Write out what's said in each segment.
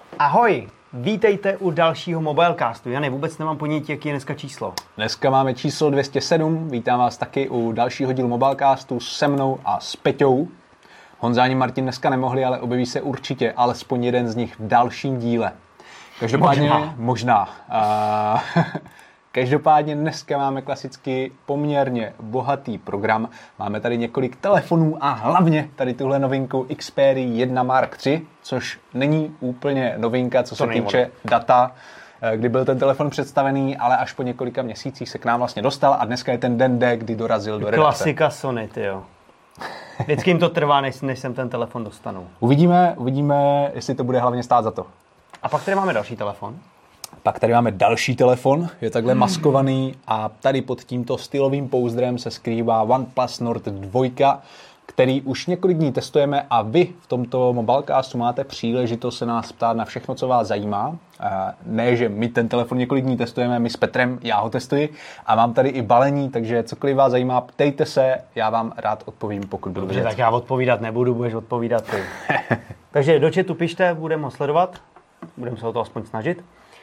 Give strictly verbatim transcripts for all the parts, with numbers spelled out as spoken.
Ahoj, vítejte u dalšího Mobilecastu. Já vůbec nemám ponětí, jaký je dneska číslo. Dneska máme číslo dvě stě sedm, vítám vás taky u dalšího dílu Mobilecastu se mnou a s Peťou. Honza ani Martin dneska nemohli, ale objeví se určitě alespoň jeden z nich v dalším díle. Každopádně, možná. možná. Uh, Každopádně dneska máme klasicky poměrně bohatý program. Máme tady několik telefonů a hlavně tady tuhle novinku Xperia jedna Mark tři, což není úplně novinka, co to se týče ono. data, kdy byl ten telefon představený, ale až po několika měsících se k nám vlastně dostal a dneska je ten den D, kdy dorazil do redakce. Klasika Sony, tyjo. Vždycky jim to trvá, než, než sem ten telefon dostanu. Uvidíme, uvidíme, jestli to bude hlavně stát za to. A pak tady máme další telefon. Pak tady máme další telefon, je takhle hmm. maskovaný a tady pod tímto stylovým pouzdrem se skrývá OnePlus Nord dva, který už několik dní testujeme a vy v tomto Mobilecastu máte příležitost se nás ptát na všechno, co vás zajímá. Ne, že my ten telefon několik dní testujeme, my s Petrem, já ho testuji a mám tady i balení, takže cokoliv vás zajímá, ptejte se, já vám rád odpovím, pokud budu Dobře, tak já odpovídat nebudu, budeš odpovídat ty. Takže do chatu pište, budeme ho sledovat, budeme se o to aspoň snažit.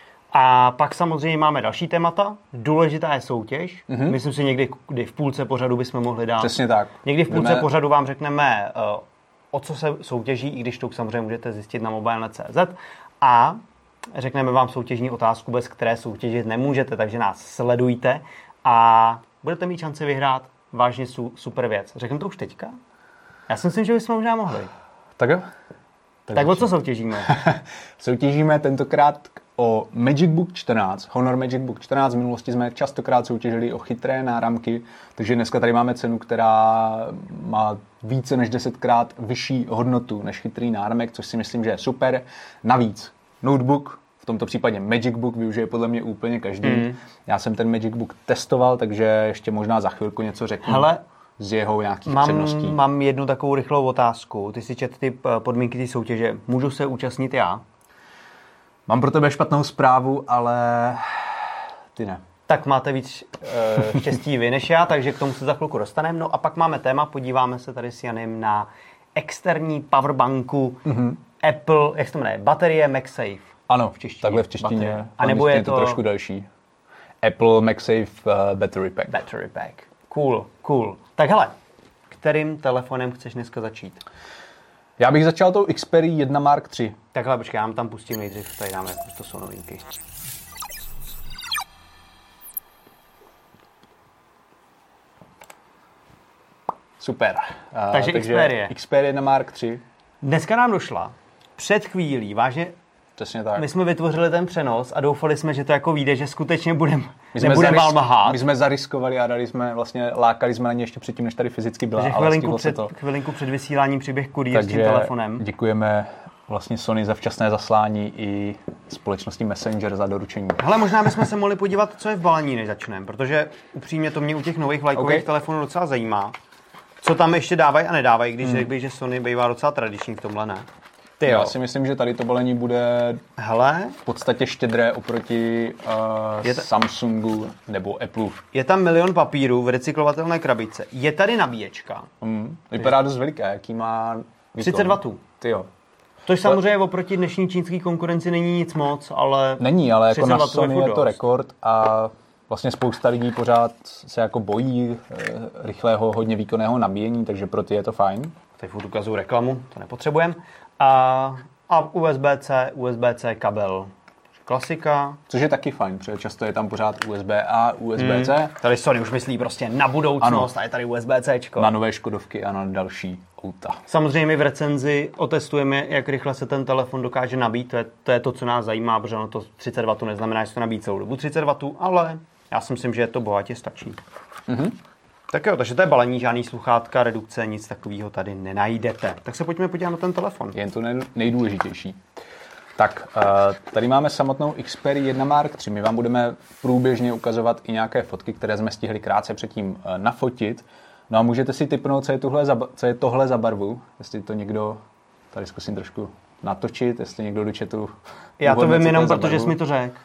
A pak samozřejmě máme další témata. Důležitá je soutěž. Mm-hmm. Myslím si, někdy kdy v půlce pořadu bychom mohli dát. Přesně tak. Někdy v půlce Jdeme... pořadu vám řekneme, uh, o co se soutěží, i když to samozřejmě můžete zjistit na mobile tečka cé zet. A řekneme vám soutěžní otázku, bez které soutěžit nemůžete, takže nás sledujte a budete mít šanci vyhrát vážně su- super věc. Řeknu to už teďka? Já si myslím, že bychom možná mohli. Tak jo. Tak, tak o co soutěžíme? Soutěžíme tentokrát o MagicBook čtrnáct, Honor MagicBook čtrnáct. V minulosti jsme častokrát soutěžili o chytré náramky, takže dneska tady máme cenu, která má více než desetkrát vyšší hodnotu než chytrý náramek, což si myslím, že je super. Navíc notebook, v tomto případě MagicBook, využije podle mě úplně každý. Mm. Já jsem ten MagicBook testoval, takže ještě možná za chvilku něco řeknu. Hele, z jeho nějakých mám, předností. Mám jednu takovou rychlou otázku. Ty si četl ty podmínky té soutěže. Můžu se účastnit já? Mám pro tebe špatnou zprávu, ale ty ne. Tak máte víc uh, štěstí vy než já, takže k tomu se za chvilku dostaneme. No a pak máme téma, podíváme se tady s Janem na externí powerbanku mm-hmm. Apple, jak se to jmenuje, baterie MagSafe. Ano, v češtině. Takhle v češtině. A nebo je to... to trošku další. Apple MagSafe uh, Battery Pack. Battery Pack. Cool, cool. Tak hele, kterým telefonem chceš dneska začít? Já bych začal tou Xperia jedna Mark tři. Takhle, počkej, já tam pustím nejdřív, tady dáme, to jsou novinky. Super. Uh, takže, takže Xperia. Xperia jedna Mark tři. Dneska nám došla před chvílí, vážně. Přesně tak. My jsme vytvořili ten přenos a doufali jsme, že to jako vyjde, že skutečně budeme nebudeme válmahát. My jsme zariskovali a dali jsme, vlastně lákali jsme na ně ještě předtím, než tady fyzicky byla. Takže chvilinku před, chvilinku před vysíláním přiběh kurýr s tím telefonem. Děkujeme vlastně Sony za včasné zaslání i společnosti Messenger za doručení. Hele, možná bychom se mohli podívat, co je v balení, než začneme, protože upřímně to mě u těch nových vlajkových okay. telefonů docela zajímá. Co tam ještě dávají a nedávají, když hmm. řekl bych, že Sony bývá docela tradiční v tomhle, ne? Ty Já si myslím, že tady to balení bude Hele. v podstatě štědré oproti uh, ta... Samsungu nebo Apple. Je tam milion papírů v recyklovatelné krabičce. Je tady nabíječka. Mm. Vypadá dost veliké, jaký má výkon. třicet wattů. Ty jo. Tož samozřejmě oproti dnešní čínské konkurenci není nic moc, ale... Není, ale jako na Sony je to rekord a vlastně spousta lidí pořád se jako bojí e, rychlého, hodně výkonného nabíjení, takže pro ty je to fajn. Tady furt ukazuju reklamu, to nepotřebujeme. A, a U S B C, U S B C kabel. Klasika. Což je taky fajn, protože často je tam pořád U S B A, U S B C. Hmm. Tady Sony už myslí prostě na budoucnost, ano. A je tady U S B C. Na nové Škodovky a na další auta. Samozřejmě v recenzi otestujeme, jak rychle se ten telefon dokáže nabít. To je to, je to co nás zajímá, protože ono to třicet wattů neznamená, že to nabíjí celou dobu třicet wattů, ale já si myslím, že to bohatě stačí. Mm-hmm. Tak jo, takže to je balení, žádný sluchátka, redukce, nic takového tady nenajdete. Tak se pojďme podívat na ten telefon. Jen to nejdůležitější. Tak, tady máme samotnou Xperia jedna Mark tři. My vám budeme průběžně ukazovat i nějaké fotky, které jsme stihli krátce předtím nafotit. No a můžete si tipnout, co je, tuhle za, co je tohle za barvu. Jestli to někdo, tady zkusím trošku natočit, jestli někdo do chatu... Já to vím jenom, protože jsi mi to řekl.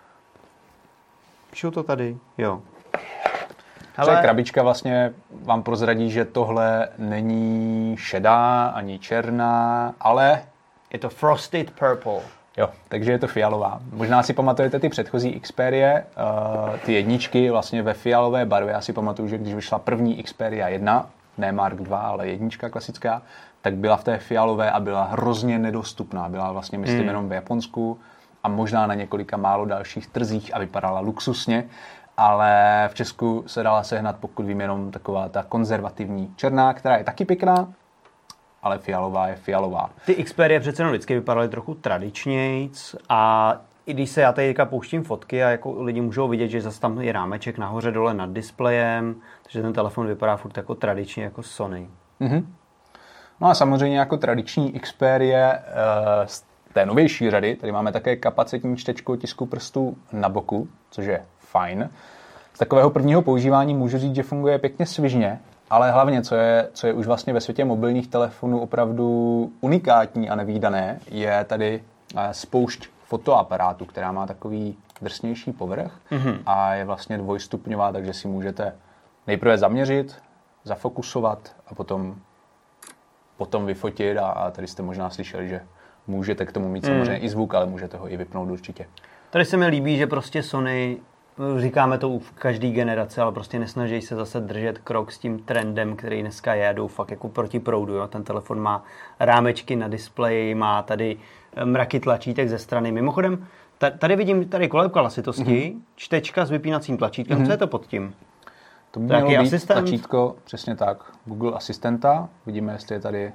Píšu to tady, jo. Hele. Krabička vlastně vám prozradí, že tohle není šedá ani černá, ale je to frosted purple. Jo, takže je to fialová. Možná si pamatujete ty předchozí Xperie, uh, ty jedničky vlastně ve fialové barvě. Já si pamatuju, že když vyšla první Xperia jedna, ne Mark dva, ale jednička klasická, tak byla v té fialové a byla hrozně nedostupná. Byla vlastně, myslím, hmm. jenom v Japonsku a možná na několika málo dalších trzích a vypadala luxusně, ale v Česku se dala sehnat, pokud vím, jenom taková ta konzervativní černá, která je taky pěkná, ale fialová je fialová. Ty Xperie přece jenom vždycky vypadaly trochu tradičnějc a i když se já tady pouštím fotky a jako lidi můžou vidět, že zase tam je rámeček nahoře dole nad displejem, takže ten telefon vypadá furt jako tradičně jako Sony. Mm-hmm. No a samozřejmě jako tradiční Xperie z té novější řady, tady máme také kapacitní čtečku tisku prstů na boku, což je fajn. Z takového prvního používání můžu říct, že funguje pěkně svižně, ale hlavně, co je, co je už vlastně ve světě mobilních telefonů opravdu unikátní a nevídané, je tady spoušť fotoaparátu, která má takový drsnější povrch mm-hmm. a je vlastně dvojstupňová, takže si můžete nejprve zaměřit, zafokusovat a potom, potom vyfotit a, a tady jste možná slyšeli, že můžete k tomu mít mm. samozřejmě i zvuk, ale můžete ho i vypnout určitě. Tady se mi líbí, že prostě Sony, říkáme to v každé generaci, ale prostě nesnaží se zase držet krok s tím trendem, který dneska je, jdou fakt jako proti proudu. Jo? Ten telefon má rámečky na displeji, má tady mraky tlačítek ze strany. Mimochodem, tady vidím tady kolébka hlasitosti, mm-hmm. čtečka s vypínacím tlačítkem. Mm-hmm. Co je to pod tím? To by mělo být asistent? Tlačítko, přesně tak, Google Asistenta. Vidíme, jestli je tady...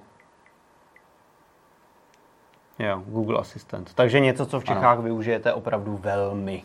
Jo, Google Asistent. Takže něco, co v Čechách ano. využijete opravdu velmi.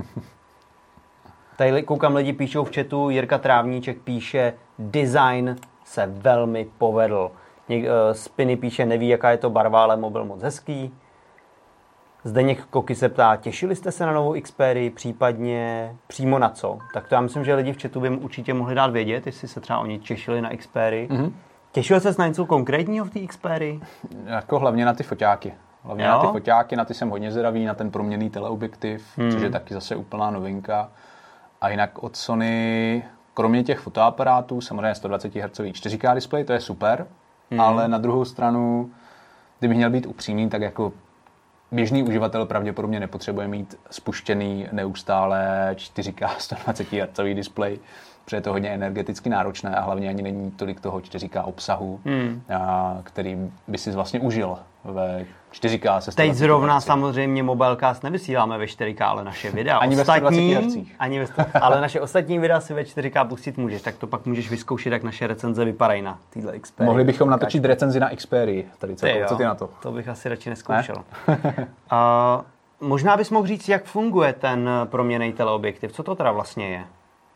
Tady koukám, lidi píšou v chatu, Jirka Trávníček píše, design se velmi povedl. Něk, uh, Spiny píše, neví, jaká je to barva, ale mobil moc hezký. Zdeněk Koky se ptá, těšili jste se na novou Xperii, případně přímo na co? Tak to já myslím, že lidi v chatu by určitě mohli dát vědět, jestli se třeba oni těšili na Xperii. Mm-hmm. Těšil se na něco konkrétního v té Xperii? Jako hlavně na ty foťáky. Hlavně jo? na ty foťáky, na ty jsem hodně zvědavý, na ten proměnný teleobjektiv, hmm. což je taky zase úplná novinka. A jinak od Sony, kromě těch fotoaparátů, samozřejmě sto dvacet hertzový čtyři ká displej, to je super, hmm. ale na druhou stranu, kdybych měl být upřímný, tak jako běžný uživatel pravděpodobně nepotřebuje mít spuštěný neustále čtyři ká sto dvacet hertzový displej, protože je to hodně energeticky náročné a hlavně ani není tolik toho čtyři ká obsahu, hmm. a, který by si vlastně užil ve čtyři ká se sto dvacet Teď zrovna hertzů. Samozřejmě Mobilecast nevysíláme ve čtyři ká, ale naše videa ani ostatní, ve sto dvacet hertzích. Ani ve sto, ale naše ostatní videa si ve čtyři ká pustit můžeš, tak to pak můžeš vyzkoušet, jak naše recenze vypadají na téhle Xperii. Mohli bychom natočit recenzi na Xperii. Tady co, ty, co ty na to? To bych asi radši neskoušel. Ne? A, možná bys mohl říct, jak funguje ten proměnný teleobjektiv. Co to teda vlastně je?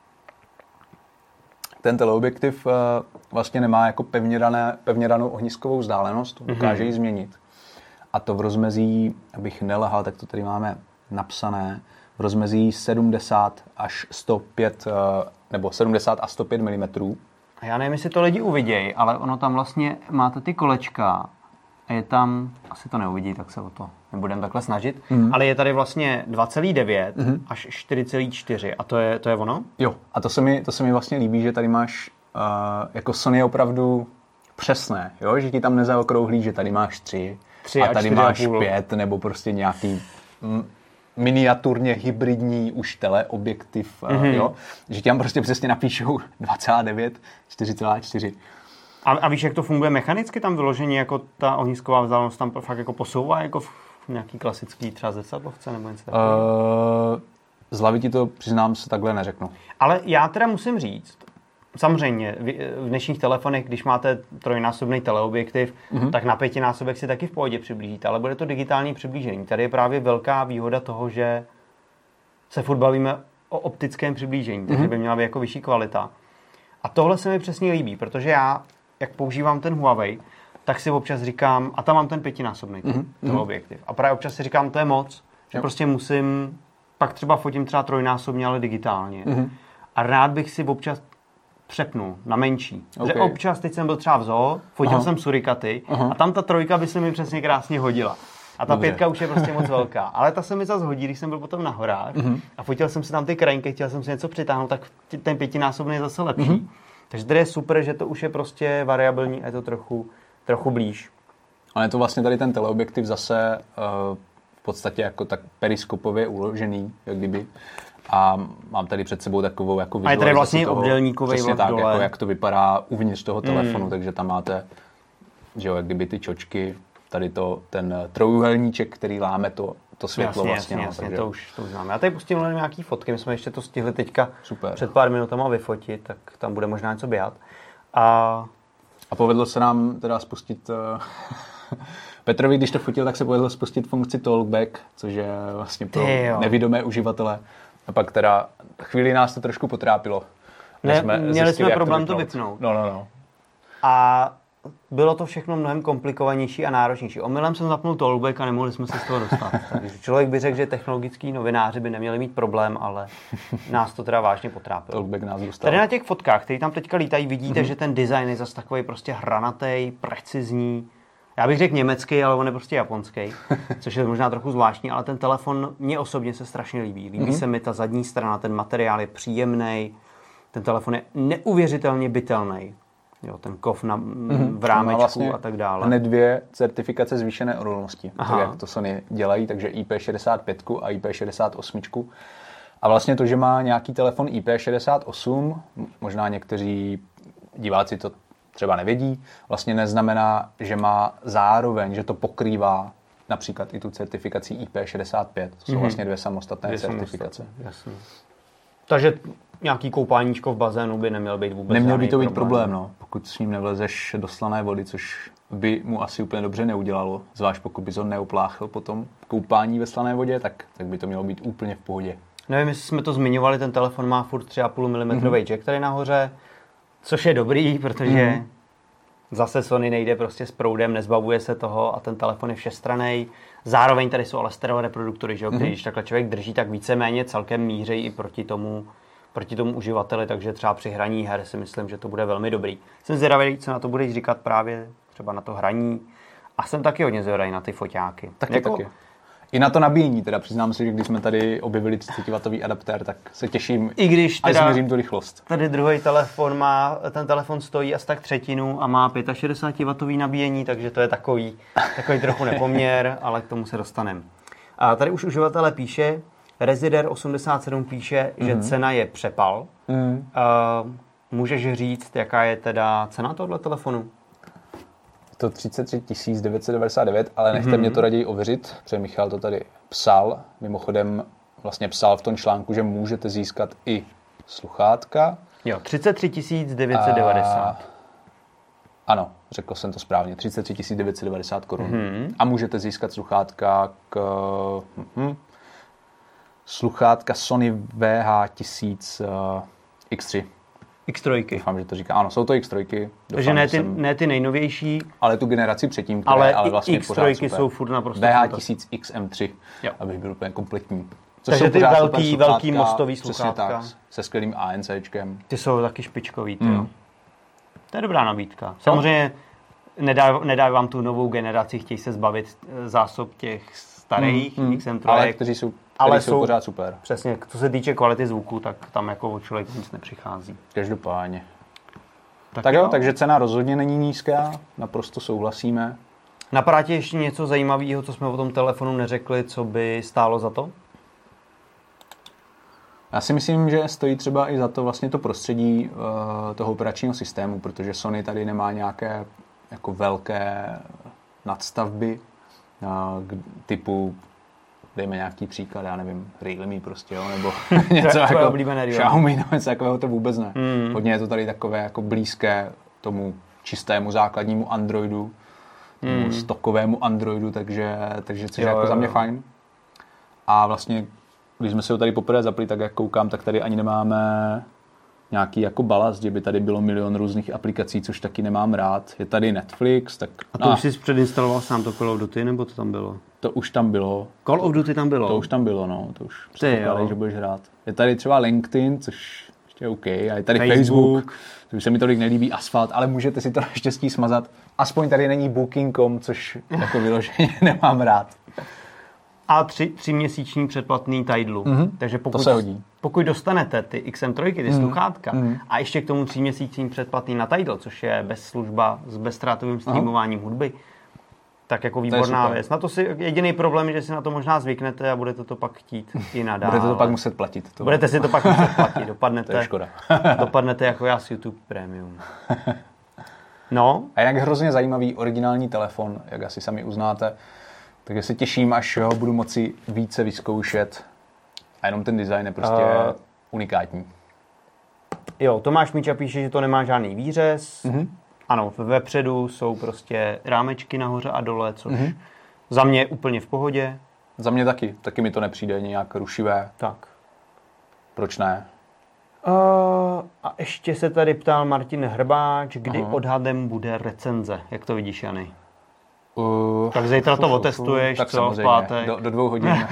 Ten teleobjektiv uh, vlastně nemá jako pevně, dané, pevně danou ohniskovou vzdálenost, dokáže mm-hmm. ji změnit. A to v rozmezí, abych nelehal, tak to tady máme napsané, v rozmezí sedmdesát až sto pět, uh, nebo sedmdesát a sto pět milimetrů. A já nevím, jestli to lidi uvidějí, ale ono tam vlastně, máte ty kolečka a je tam, asi to neuvidí, tak se o to nebudeme takhle snažit, mm-hmm. ale je tady vlastně dva celá devět mm-hmm. až čtyři celá čtyři a to je, to je ono? Jo, a to se mi, to se mi vlastně líbí, že tady máš, uh, jako Sony je opravdu přesné, jo? Že ti tam nezaokrouhlí, že tady máš tři, tři a, a tady máš a pět, nebo prostě nějaký m, miniaturně hybridní už teleobjektiv, mm-hmm. uh, jo? Že ti tam prostě přesně napíšou dva celá devět, čtyři celá čtyři. A, a víš, jak to funguje mechanicky tam vyložení, jako ta ohnisková vzdálenost tam fakt jako posouvá, jako v nějaký klasický třeba zrcadlovce nebo něco takového? Uh, z hlavy ti to, přiznám se, takhle neřeknu. Ale já teda musím říct, samozřejmě v dnešních telefonech, když máte trojnásobný teleobjektiv, mm-hmm. tak na pětinásobek si taky v pohodě přiblížíte, ale bude to digitální přiblížení. Tady je právě velká výhoda toho, že se furt bavíme o optickém přiblížení, takže mm-hmm. by měla být jako vyšší kvalita. A tohle se mi přesně líbí, protože já, jak používám ten Huawei, tak si občas říkám, a tam mám ten pětinásobný mm-hmm. teleobjektiv. A právě občas si říkám, to je moc, že jo. prostě musím, pak třeba fotím třeba trojnásobně, ale digitálně. Mm-hmm. A rád bych si občas přepnul na menší. Okay. Že občas, teď jsem byl třeba v zoo, fotil Aha. jsem surikaty Aha. a tam ta trojka by se mi přesně krásně hodila. A ta Dobře. pětka už je prostě moc velká. Ale ta se mi zase hodí, když jsem byl potom na horách mm-hmm. a fotil jsem si tam ty krajinky, chtěl jsem si něco přitáhnout, tak ten pětinásobný je zase lepší. Mm-hmm. Takže tady je super, že to už je prostě variabilní a je to trochu, trochu blíž. Ale je to vlastně tady ten teleobjektiv zase uh, v podstatě jako tak periskopově uložený, jak kdyby. A mám tady před sebou takovou jako vizualizaci. A je tady vlastně toho, obdélníkový přesně tak, dole. jako jak to vypadá uvnitř toho telefonu, mm. takže tam máte, že jo, jak kdyby ty čočky, tady to, ten trojuhelníček, který láme to, to světlo jasně, vlastně. Jasně, no, jasně, takže... to už to známe. Já tady pustím jen nějaký fotky, my jsme ještě to stihli teďka Super. před pár minutama vyfotit, tak tam bude možná něco běhat. A, a povedlo se nám teda spustit... Uh... Petrovi, když to fotil, tak se povedlo spustit funkci Talkback, což je vlastně pro nevidomé uživatele. A pak teda chvíli nás to trošku potrápilo. Ne, jsme měli zjistili, jsme problém to vypnout. to vypnout. No, no, no. A bylo to všechno mnohem komplikovanější a náročnější. Omylem jsem zapnul Talkback a nemohli jsme se z toho dostat. Takže člověk by řekl, že technologický novináři by neměli mít problém, ale nás to teda vážně potrápilo. Talkback nás dostal. Tady na těch fotkách, které tam teďka lítají, vidíte, mm-hmm. že ten design je zase takový prostě hranatý, precizní. Já bych řekl německý, ale on je prostě japonský, což je možná trochu zvláštní, ale ten telefon mně osobně se strašně líbí. Líbí mm-hmm. se mi ta zadní strana, ten materiál je příjemný, ten telefon je neuvěřitelně bytelný. Jo, ten kov na, mm-hmm. v rámečku vlastně a tak dále. Hned dvě certifikace zvýšené odolnosti, tak jak to Sony dělají, takže I P šedesát pět a I P šedesát osm. A vlastně to, že má nějaký telefon I P šedesát osm, možná někteří diváci to třeba nevědí, vlastně neznamená, že má zároveň, že to pokrývá například i tu certifikaci I P šedesát pět. To jsou mm-hmm. vlastně dvě samostatné dvě certifikace. Jasně. Takže nějaký koupáníčko v bazénu by neměl být vůbec Neměl by to být problém, problém no. Pokud s ním nevlezeš do slané vody, což by mu asi úplně dobře neudělalo. Zvlášť pokud bys ho neopláchl potom koupání ve slané vodě, tak, tak by to mělo být úplně v pohodě. Nevím, jestli jsme to zmiňovali, ten telefon má furt tři a půl milimetru mm-hmm. jack tady nahoře, což je dobrý, protože mm-hmm. zase Sony nejde prostě s proudem, nezbavuje se toho a ten telefon je všestranný. Zároveň tady jsou ale stereo reproduktory, že jo, mm-hmm. když takhle člověk drží, tak víceméně celkem mířejí i proti tomu, proti tomu uživateli, takže třeba při hraní her si myslím, že to bude velmi dobrý. Jsem zvědavý, co na to budeš říkat právě třeba na to hraní a jsem taky hodně zvědavý na ty foťáky. Taky, jako... taky. I na to nabíjení, teda přiznám si, že když jsme tady objevili třicetiwatový adaptér, tak se těším, I když teda až změřím tu rychlost. Tady druhý telefon má, ten telefon stojí asi tak třetinu a má šedesátiwatový nabíjení, takže to je takový, takový trochu nepoměr, ale k tomu se dostaneme. A tady už uživatelé píše, Resider osmdesát sedm píše, mm-hmm. že cena je přepal. Mm. Uh, můžeš říct, jaká je teda cena tohoto telefonu? To třicet tři tisíc devět set devadesát devět, ale nechte mm-hmm. mě to raději ověřit, protože Michal to tady psal. Mimochodem vlastně psal v tom článku, že můžete získat i sluchátka. Jo, třicet tři tisíc devět set devadesát. A... Ano, řekl jsem to správně, třicet tři tisíc devět set devadesát korun. Mm-hmm. A můžete získat sluchátka k... Mm-hmm. sluchátka Sony V H tisíc uh, X tři. X tři. Doufám, že to říká. Ano, jsou to X tři. Doufám, Takže ne ty, jsem... ne ty nejnovější. Ale tu generaci předtím, které ale, ale vlastně X tři pořád super. jsou furt naprosto V H tisíc X M tři, jo. Abych byl úplně kompletní. Což takže ty velký, velký mostový sluchátka. Tak, se skvělým ANCčkem. Ty jsou taky špičkový, ty mm. jo. To je dobrá nabídka. Samozřejmě nedá, nedá vám tu novou generaci, chtějí se zbavit zásob těch starých mm. X M tři. Ale kteří jsou ale jsou, jsou pořád super. Přesně, co se týče kvality zvuku, tak tam jako člověk nic nepřichází. Každopádně. Tak, tak jo, jo, takže cena rozhodně není nízká, naprosto souhlasíme. Napadá ti ještě něco zajímavého, co jsme o tom telefonu neřekli, co by stálo za to? Já si myslím, že stojí třeba i za to vlastně to prostředí uh, toho operačního systému, protože Sony tady nemá nějaké jako velké nadstavby uh, typu dejme nějaký příklad, já nevím, Realme prostě, jo, nebo něco jako Xiaomi, no, něco takového to vůbec ne. Mm. Hodně je to tady takové jako blízké tomu čistému základnímu Androidu, tomu mm. stokovému Androidu, takže, takže což je jako jo, za mě jo. fajn. A vlastně, když jsme si ho tady poprvé zapli, tak jak koukám, tak tady ani nemáme nějaký jako balast, že by tady bylo milion různých aplikací, což taky nemám rád. Je tady Netflix, tak... A to no, už jsi předinstaloval sám to Call of Duty, nebo to tam bylo? To už tam bylo. Call of Duty tam bylo? To už tam bylo, no. To už předpokládej, že budeš hrát. Je tady třeba LinkedIn, což ještě je OK. A je tady Facebook. Facebook. To už se mi tolik nelíbí, Asphalt, ale můžete si to naštěstí smazat. Aspoň tady není Booking tečka com, což jako vyloženě nemám rád. A tři, tři měsíční předplatný Tidal. Mm-hmm. Takže pokud, to se hodí. pokud dostanete ty X M tři, ty mm-hmm. sluchátka, mm-hmm. a ještě k tomu tři měsíční předplatný na Tidal, což je bez služba s bezztrátovým streamováním hudby, tak jako výborná věc. Na to si jediný problém je, že si na to možná zvyknete a budete to pak chtít i nadále. Budete to pak muset platit. To budete si to pak muset platit. Dopadnete, to je škoda. dopadnete jako já s YouTube Premium. No. A jinak hrozně zajímavý originální telefon, jak asi sami uznáte. Takže se těším, až ho budu moci více vyzkoušet. A jenom ten design je prostě uh, unikátní. Jo, Tomáš Míča píše, že to nemá žádný výřez. Mm-hmm. Ano, vepředu jsou prostě rámečky nahoře a dole, což mm-hmm. za mě je úplně v pohodě. Za mě taky. Taky mi to nepřijde nějak rušivé. Tak. Proč ne? Uh, a ještě se tady ptal Martin Hrbáč, kdy Aha. odhadem bude recenze. Jak to vidíš, Jany? Uh, tak zítra to otestuješ, tak co, v pátek? Do, do dvou hodin.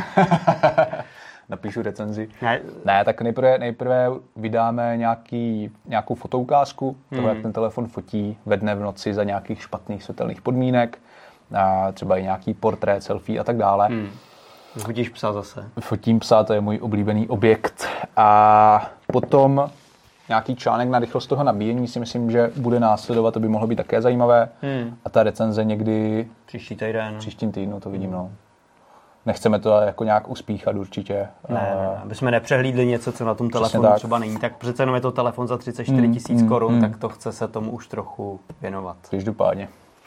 Napíšu recenzi. Ne, ne tak nejprve, nejprve vydáme nějaký, nějakou fotoukázku toho, hmm. jak ten telefon fotí ve dne, v noci za nějakých špatných světelných podmínek. A třeba i nějaký portrét, selfie a tak dále. Hmm. Fotíš psa zase? Fotím psa, to je můj oblíbený objekt. A potom nějaký článek na rychlost toho nabíjení si myslím, že bude následovat, to by mohlo být také zajímavé. Hmm. A ta recenze někdy příští týden. Příštím týdnu, to vidím, no. Nechceme to jako nějak uspíchat určitě. Ne, ne, aby jsme nepřehlídli něco, co na tom telefonu tak. třeba není. Tak přece jenom je to telefon za třicet čtyři tisíc mm, korun, mm. tak to chce se tomu už trochu věnovat. Každopádně.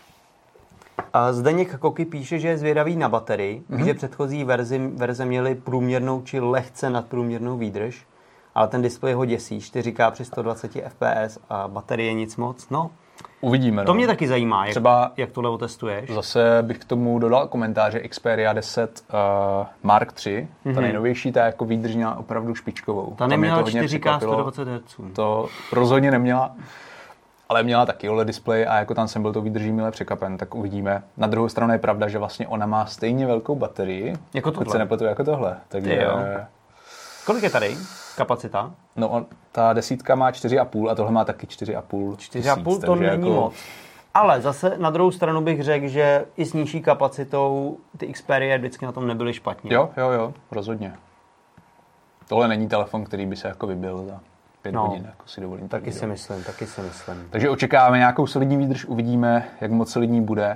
A Zdeněk Koky píše, že je zvědavý na baterii, mm-hmm. že předchozí verzi, verze měly průměrnou či lehce nadprůměrnou výdrž, ale ten displej ho děsí, čtyři ká při sto dvacet ef pé es a baterie nic moc. No, uvidíme. To no. mě taky zajímá, jak, třeba jak tohle otestuješ. Zase bych k tomu dodal komentáře Xperia deset uh, Mark tři, mm-hmm. ta nejnovější, ta jako výdrž měla opravdu špičkovou. Ta neměla čtyři ká sto dvacet hertzů. To rozhodně neměla, ale měla taky O L E D displej a jako tam jsem byl to výdrží milé překvapen, tak uvidíme. Na druhou stranu je pravda, že vlastně ona má stejně velkou baterii, jako tohle. Se nepletu jako tohle. Takže... Kolik je tady kapacita? No, on, ta desítka má čtyři a půl a tohle má taky čtyři a půl. čtyři a půl to není jako... moc. Ale zase na druhou stranu bych řekl, že i s nižší kapacitou ty Xperia vždycky na tom nebyly špatně. Jo, jo, jo, rozhodně. Tohle není telefon, který by se jako vybil za pět no, hodin, jako si dovolím. Taky si myslím, taky si myslím. Takže očekáváme nějakou solidní výdrž, uvidíme, jak moc solidní bude.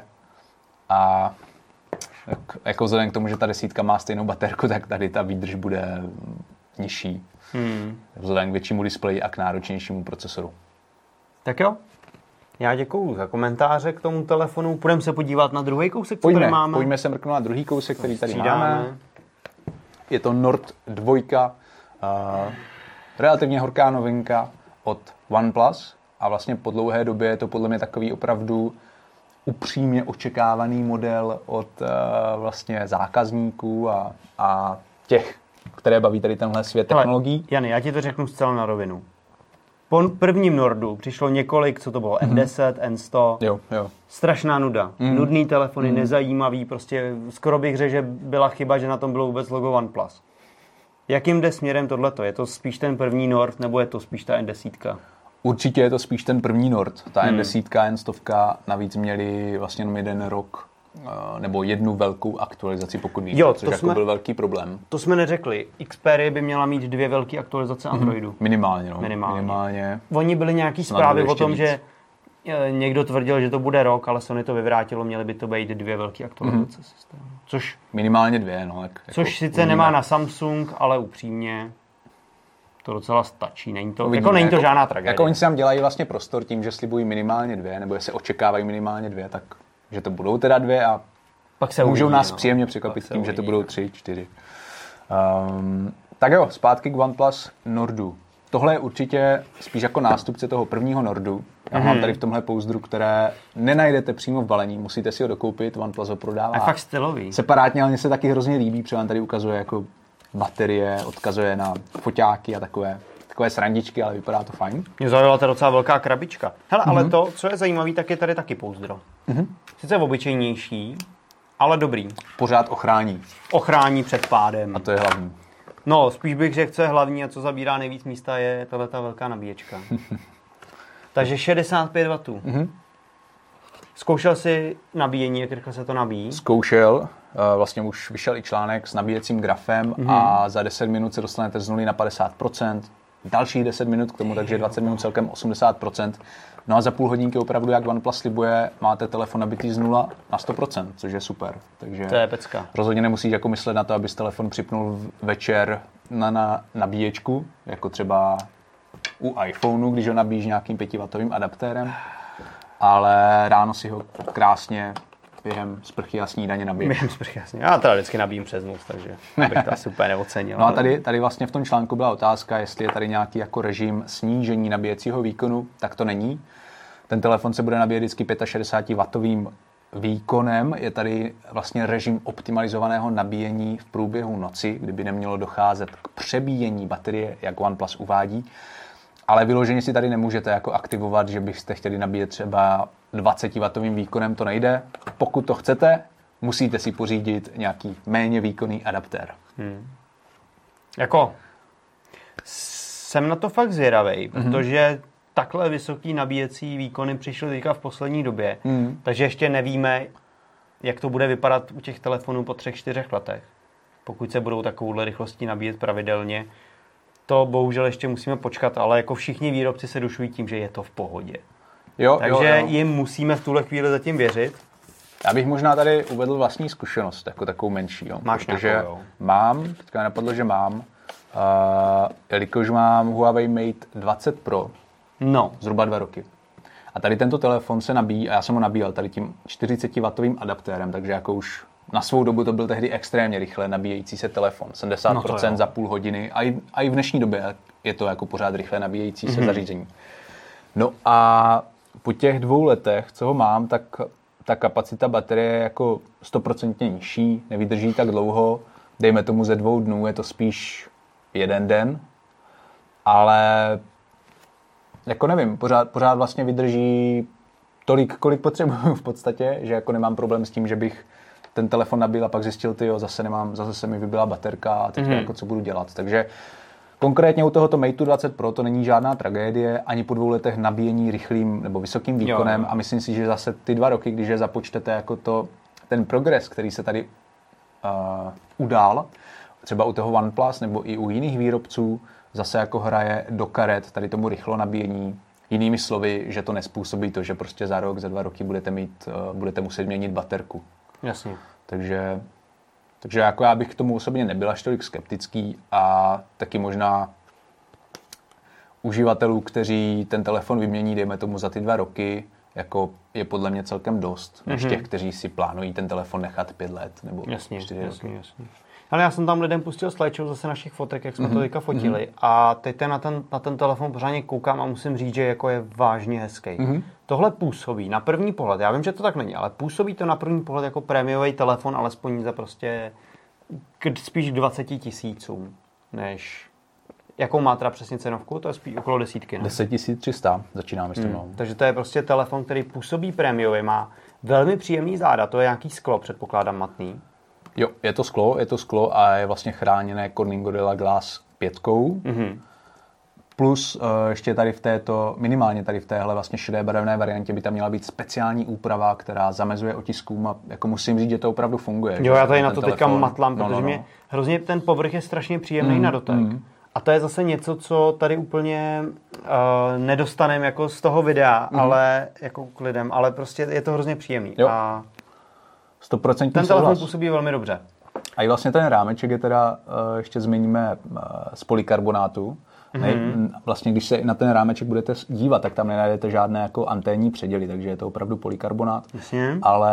A jak, jako vzhledem k tomu, že ta desítka má stejnou baterku, tak tady ta výdrž bude nižší. Hmm. Vzhledem k většímu displeji a k náročnějšímu procesoru. Tak jo. Já děkuju za komentáře k tomu telefonu. Půjdeme se podívat na druhý kousek, co pojďme, tady máme. Pojďme se mrknout na druhý kousek, který tady Střídáme. máme. Je to Nord dva. Uh, relativně horká novinka od OnePlus. A vlastně po dlouhé době je to podle mě takový opravdu upřímně očekávaný model od uh, vlastně zákazníků a, a těch, které baví tady tenhle svět technologií. Ale, Jany, já ti to řeknu zcela na rovinu. Po prvním Nordu přišlo několik, co to bylo, mm-hmm. N deset, N sto. Jo, jo. Strašná nuda. Mm. Nudný telefony, mm. nezajímavý, prostě skoro bych řekl, že byla chyba, že na tom bylo vůbec logo OnePlus. Jakým jde směrem tohleto? Je to spíš ten první Nord, nebo je to spíš ta N deset? Určitě je to spíš ten první Nord. Ta hmm. N deset, N sto navíc měli vlastně jenom jeden rok nebo jednu velkou aktualizaci, pokud vím, jo, což jako jsme, byl velký problém. To jsme neřekli. Xperia by měla mít dvě velké aktualizace Androidu. Mm-hmm. Minimálně, no. Minimálně. Minimálně. Oni byli nějaký zprávy o tom, víc. Že někdo tvrdil, že to bude rok, ale Sony to vyvrátilo, měly by to být dvě velké aktualizace mm-hmm. systému. Což minimálně dvě, no. Jak, což jako sice uvidíme. Nemá na Samsung, ale upřímně to docela stačí. Není to, jako není to jako, žádná tragédie. Jako oni si tam dělají vlastně prostor tím, že slibují minimálně dvě, nebo se očekávají minimálně dvě, tak že to budou teda dvě a pak se můžou uvidí, nás no. příjemně překvapit tím, uvidí, že to budou tři, čtyři. Um, tak jo, zpátky k OnePlus Nordu. Tohle je určitě spíš jako nástupce toho prvního Nordu. Já mm-hmm. mám tady v tomhle pouzdru, které nenajdete přímo v balení, musíte si ho dokoupit, OnePlus ho prodává. A fakt stylový. Separátně, ale mně se taky hrozně líbí, protože on tady ukazuje jako baterie, odkazuje na foťáky a takové, takové srandičky, ale vypadá to fajn. Mě zaujala ta docela velká krabička. Hele, mm-hmm. ale to, co je zajímavé, tak je tady taky pouzdro. Mm-hmm. Sice obyčejnější, ale dobrý. Pořád ochrání. Ochrání před pádem. A to je hlavní. No, spíš bych řekl, co je hlavní a co zabírá nejvíc místa, je tato velká nabíječka. Takže šedesát pět wattů. Mm-hmm. Zkoušel jsi nabíjení, jak rychle se to nabíjí? Zkoušel. Vlastně už vyšel i článek s nabíjecím grafem mm-hmm. a za deset minut se dostanete z nuly na padesát procent. dalších deset minut k tomu, takže dvacet minut celkem osmdesát procent. No a za půl hodinky opravdu, jak OnePlus slibuje, máte telefon nabitý z nula na sto procent, což je super. Takže to je pecka. Rozhodně nemusíš jako myslet na to, abys telefon připnul večer na, na nabíječku, jako třeba u iPhoneu, když ho nabíjíš nějakým pětiwatovým adaptérem, ale ráno si ho krásně během sprchy a snídaně nabiješ. Během sprchy a snídaně. Já teda vždycky nabíjím přes noc, takže bych to super neocenil. No a tady, tady vlastně v tom článku byla otázka, jestli je tady nějaký jako režim snížení nabíjecího výkonu, tak to není. Ten telefon se bude nabíjet vždycky šedesátiwatovým výkonem. Je tady vlastně režim optimalizovaného nabíjení v průběhu noci, kdyby nemělo docházet k přebíjení baterie, jak OnePlus uvádí. Ale vyloženě si tady nemůžete jako aktivovat, že byste chtěli nabíjet třeba dvacetiwatovým výkonem, to nejde. Pokud to chcete, musíte si pořídit nějaký méně výkonný adaptér. Hmm. Jako, jsem na to fakt zvědavej, mm-hmm. protože takhle vysoký nabíjecí výkony přišly teďka v poslední době, mm. takže ještě nevíme, jak to bude vypadat u těch telefonů po třech, čtyřech letech. Pokud se budou takovouhle rychlostí nabíjet pravidelně, to bohužel ještě musíme počkat, ale jako všichni výrobci se dušují tím, že je to v pohodě. Jo, takže jo, jo. jim musíme v tuhle chvíli zatím věřit. Já bych možná tady uvedl vlastní zkušenost, jako takovou menší. Jo. Máš protože nějakou, jo. mám, teďka napadlo, že mám, uh, jelikož mám Huawei Mate dvacet Pro, no. zhruba dva roky. A tady tento telefon se nabíjí, a já jsem ho nabíjel tady tím čtyřicetiwatovým adaptérem, takže jako už na svou dobu to byl tehdy extrémně rychle nabíjející se telefon, sedmdesát procent no za půl hodiny a i, a i v dnešní době je to jako pořád rychle nabíjející se mm-hmm. zařízení. No a po těch dvou letech, co ho mám, tak ta kapacita baterie je jako stoprocentně nižší, nevydrží tak dlouho, dejme tomu ze dvou dnů, je to spíš jeden den, ale jako nevím, pořád, pořád vlastně vydrží tolik, kolik potřebuju v podstatě, že jako nemám problém s tím, že bych ten telefon nabil a pak zjistil, tyjo, zase nemám, zase se mi vybila baterka a teď mm-hmm. jako co budu dělat. Takže konkrétně u tohoto Mate dvacet Pro to není žádná tragédie, ani po dvou letech nabíjení rychlým nebo vysokým výkonem jo. A myslím si, že zase ty dva roky, když je započtete jako to, ten progres, který se tady uh, udál, třeba u toho OnePlus nebo i u jiných výrobců, zase jako hraje do karet tady tomu rychlo nabíjení. Jinými slovy, že to nespůsobí to, že prostě za rok, za dva roky budete mít, uh, budete muset měnit baterku. Jasně. Takže, takže jako já bych k tomu osobně nebyl až tolik skeptický a taky možná uživatelů, kteří ten telefon vymění, dejme tomu za ty dva roky, jako je podle mě celkem dost, než mm-hmm. těch, kteří si plánují ten telefon nechat pět let nebo jasně, čtyři jasně, roky. Jasně. Ale já jsem tam lidem pustil slideshow zase našich fotek, jak jsme mm-hmm. to teďka fotili. Mm-hmm. A teď na ten, na ten telefon pořádně koukám a musím říct, že jako je vážně hezký. Mm-hmm. Tohle působí na první pohled, já vím, že to tak není, ale působí to na první pohled jako prémiový telefon, alespoň za prostě k, spíš k dvaceti tisícům, než... Jakou má teda přesně cenovku? To je spíš okolo desítky, ne? deset tisíc tři sta začíná, myslím. Hmm. Takže to je prostě telefon, který působí prémiově, má velmi příjemný záda, to je nějaký sklo, předpokládám, matný. Jo, je to sklo, je to sklo a je vlastně chráněné Corning Gorilla Glass pětkou. Mm-hmm. Plus uh, ještě tady v této, minimálně tady v téhle vlastně šedé barevné variantě by tam měla být speciální úprava, která zamezuje otiskům a jako musím říct, že to opravdu funguje. Jo, já tady na to telefon, teďka matlám, no, protože no, no. mě hrozně ten povrch je strašně příjemný mm, na dotek. Mm. A to je zase něco, co tady úplně uh, nedostaneme jako z toho videa, mm. ale jako k lidem, ale prostě je to hrozně příjemný. Jo. A sto procent ten telefon působí velmi dobře. A i vlastně ten rámeček je teda, uh, ještě zmíníme, uh, z polykarbonátu. Mm-hmm. Ne, vlastně když se na ten rámeček budete dívat, tak tam nenajdete žádné jako anténní předěly, takže je to opravdu polykarbonát. Jasně. Ale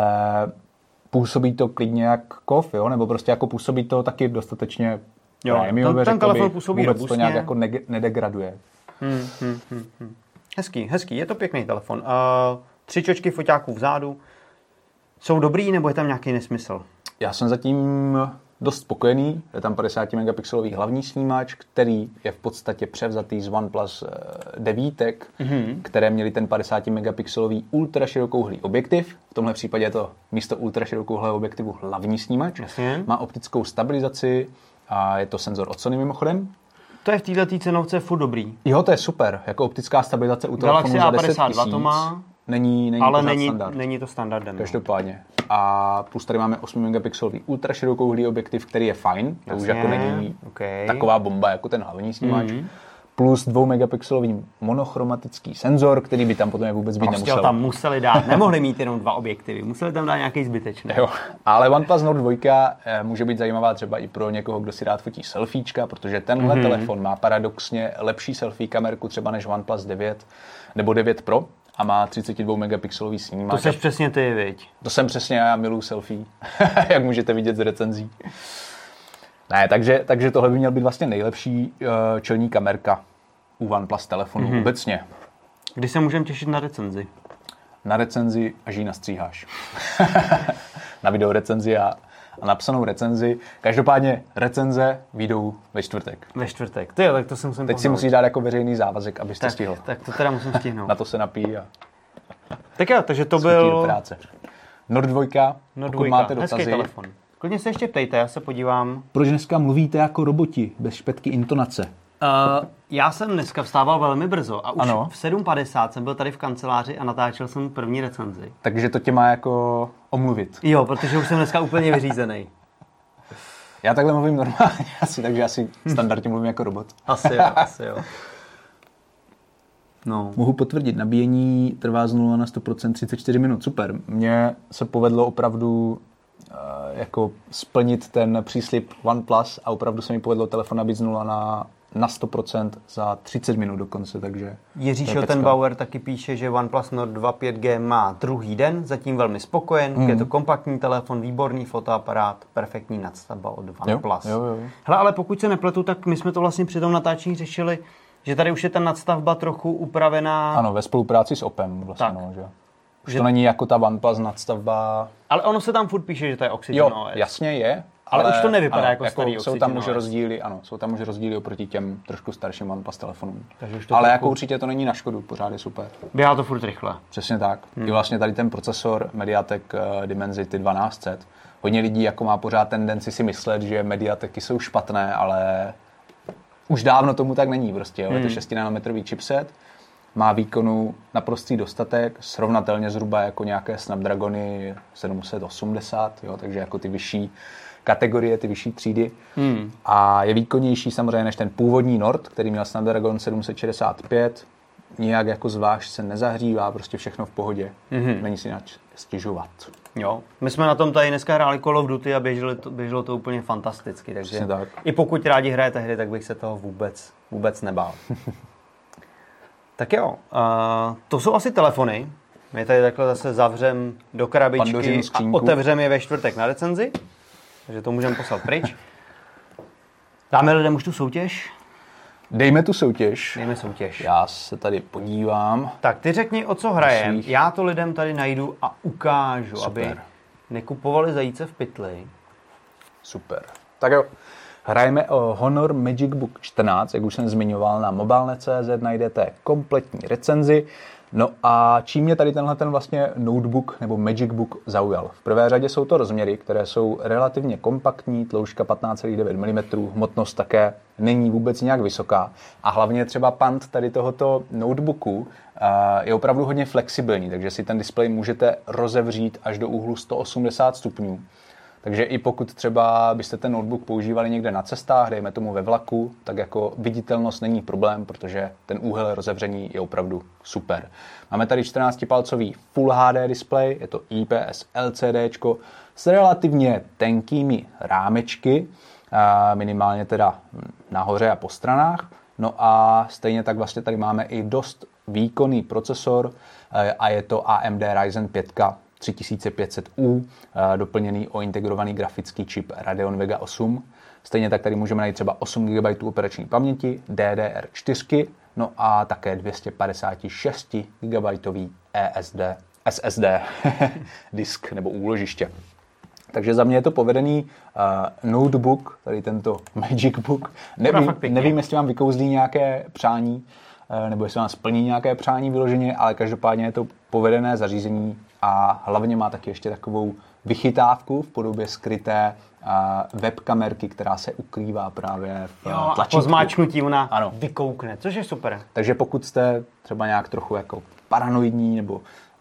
působí to klidně jak kov, jo? Nebo prostě jako působí to taky dostatečně prémiově, ten telefon působí vůbec to nějak jako ne- nedegraduje. Hmm, hmm, hmm, hmm. Hezký, hezký, je to pěkný telefon. Uh, tři čočky foťáků vzadu. Jsou dobrý, nebo je tam nějaký nesmysl? Já jsem zatím dost spokojený. Je tam padesát megapixelový hlavní snímač, který je v podstatě převzatý z OnePlus devět, mm-hmm. které měly ten padesát megapixelový ultraširokouhlý objektiv. V tomhle případě je to místo ultraširokouhlého objektivu hlavní snímač. Jasně. Má optickou stabilizaci a je to senzor od Sony mimochodem. To je v této cenovce furt dobrý. Jo, to je super. Jako optická stabilizace u telefonu za deset tisíc. to má. Není, není ale není, standard. není to standardem. Každopádně. A plus tady máme osm megapixelový ultraširokouhlý objektiv, který je fajn. To Jasně, už jako není okay. taková bomba jako ten hlavní snímač. Mm-hmm. plus dvou megapixelový monochromatický senzor, který by tam potom vůbec být prostě nemusel. tam museli dát, nemohli mít jenom dva objektivy, museli tam dát nějaký zbytečný. Jo, ale OnePlus Nord dva může být zajímavá třeba i pro někoho, kdo si rád fotí selfiečka, protože tenhle mm-hmm. telefon má paradoxně lepší selfie kamerku třeba než OnePlus devět nebo devět Pro a má třicet dva megapixelový snímák. To seš přesně ty, viď? To jsem přesně já, miluji selfie, jak můžete vidět z recenzí. Ne, takže, takže tohle by měl být vlastně nejlepší uh, čelní kamerka u OnePlus telefonu mm-hmm. obecně. Kdy se můžeme těšit na recenzi? Na recenzi, až ji nastříháš. Na video recenzi a, a napsanou recenzi. Každopádně recenze vyjdou ve čtvrtek. Ve čtvrtek. Ty jo, tak to jsem musím Teď pohnout. si musíš dát jako veřejný závazek, abys to tak, stihl. Tak to teda musím stihnout. Na to se napíjí a tak jo, takže to byl byl... práce. Nord dva, Nord pokud dva. máte Hezký dotazy. telefon. Klidně se ještě ptejte, já se podívám. Proč dneska mluvíte jako roboti, bez špetky intonace? Uh, já jsem dneska vstával velmi brzo a už ano. v sedm padesát jsem byl tady v kanceláři a natáčel jsem první recenzi. Takže to tě má jako omluvit. Jo, protože už jsem dneska úplně vyřízený. Já takhle mluvím normálně asi, takže asi standardně mluvím jako robot. Asi jo, asi jo. No. Mohu potvrdit, nabíjení trvá z nula na sto procent třicet čtyři minut. Super. Mně se povedlo opravdu uh, jako splnit ten příslib OnePlus a opravdu se mi povedlo telefon nabít z nula na, na sto procent za třicet minut dokonce, takže... Jiří Schottenbauer taky píše, že OnePlus Nord dva pět G má druhý den, zatím velmi spokojen, mm. je to kompaktní telefon, výborný fotoaparát, perfektní nadstavba od OnePlus. Jo, jo, jo. Hele, ale pokud se nepletu, tak my jsme to vlastně při tom natáčení řešili, že tady už je ta nadstavba trochu upravená... Ano, ve spolupráci s Opem vlastně, no, že? Už že... to není jako ta OnePlus nadstavba... Ale ono se tam furt píše, že to je Oxygen Jo, O S. jasně je. Ale, ale už to nevypadá ano, jako, jako starý jsou tam už rozdíly, ano, jsou tam už rozdíly oproti těm trošku starším OnePlus telefonům. Ale trochu... jako určitě to není na škodu, pořád je super. Běhá to furt rychle. Přesně tak. Hmm. I vlastně tady ten procesor Mediatek uh, Dimensity dvanáct set. Hodně lidí jako má pořád tendenci si myslet, že Mediateky jsou špatné, ale už dávno tomu tak není prostě. Jo. Hmm. Je to šestinánometrový chipset, má výkonu naprostý dostatek, srovnatelně zhruba jako nějaké Snapdragony sedm set osmdesát, jo, takže jako ty vyšší kategorie, ty vyšší třídy. Hmm. A je výkonnější samozřejmě než ten původní Nord, který měl Snapdragon sedm set šedesát pět. Nijak jako zvlášť se nezahřívá, prostě všechno v pohodě. Mm-hmm. Není si nač stěžovat. Jo, my jsme na tom tady dneska hráli Call of Duty a běželo to, běželo to úplně fantasticky, takže tak. I pokud rádi hrajete hry, tak bych se toho vůbec, vůbec nebál. Tak jo, uh, to jsou asi telefony. My tady takhle zase zavřem do krabičky a otevřeme je ve čtvrtek na recenzi, takže to můžeme poslat pryč. Dáme lidem už tu soutěž? Dejme tu soutěž. Dejme soutěž. Já se tady podívám. Tak ty řekni, o co hrajem. Já to lidem tady najdu a ukážu, super, aby nekupovali zajíce v pytli. Super. Tak jo. Hrajeme o Honor Magic Book čtrnáct, jak už jsem zmiňoval, na mobilnet tečka cé zet najdete kompletní recenzi. No a čím mě tady tenhle ten vlastně notebook nebo Magic Book zaujal? V prvé řadě jsou to rozměry, které jsou relativně kompaktní, tloušťka patnáct celá devět milimetrů, hmotnost také není vůbec nějak vysoká. A hlavně třeba pant tady tohoto notebooku je opravdu hodně flexibilní, takže si ten displej můžete rozevřít až do úhlu sto osmdesát stupňů. Takže i pokud třeba byste ten notebook používali někde na cestách, dejme tomu ve vlaku, tak jako viditelnost není problém, protože ten úhel rozevření je opravdu super. Máme tady čtrnáctipalcový Full H D displej, je to I P S L C D s relativně tenkými rámečky, minimálně teda nahoře a po stranách. No a stejně tak vlastně tady máme i dost výkonný procesor a je to A M D Ryzen pět tři tisíce pět set U, doplněný o integrovaný grafický čip Radeon Vega osm. Stejně tak tady můžeme najít třeba osm gigabajtů operační paměti, D D R čtyři, no a také dvě stě padesát šest gigabajtový E S D, S S D disk nebo úložiště. Takže za mě je to povedený uh, notebook, tady tento Magic Book. Nevím, nevím, jestli vám vykouzlí nějaké přání, uh, nebo jestli vám splní nějaké přání vyloženě, ale každopádně je to povedené zařízení a hlavně má taky ještě takovou vychytávku v podobě skryté uh, webkamerky, která se ukrývá právě v jo, tlačítku. Po zmáčknutí ona ano. vykoukne, což je super. Takže pokud jste třeba nějak trochu jako paranoidní nebo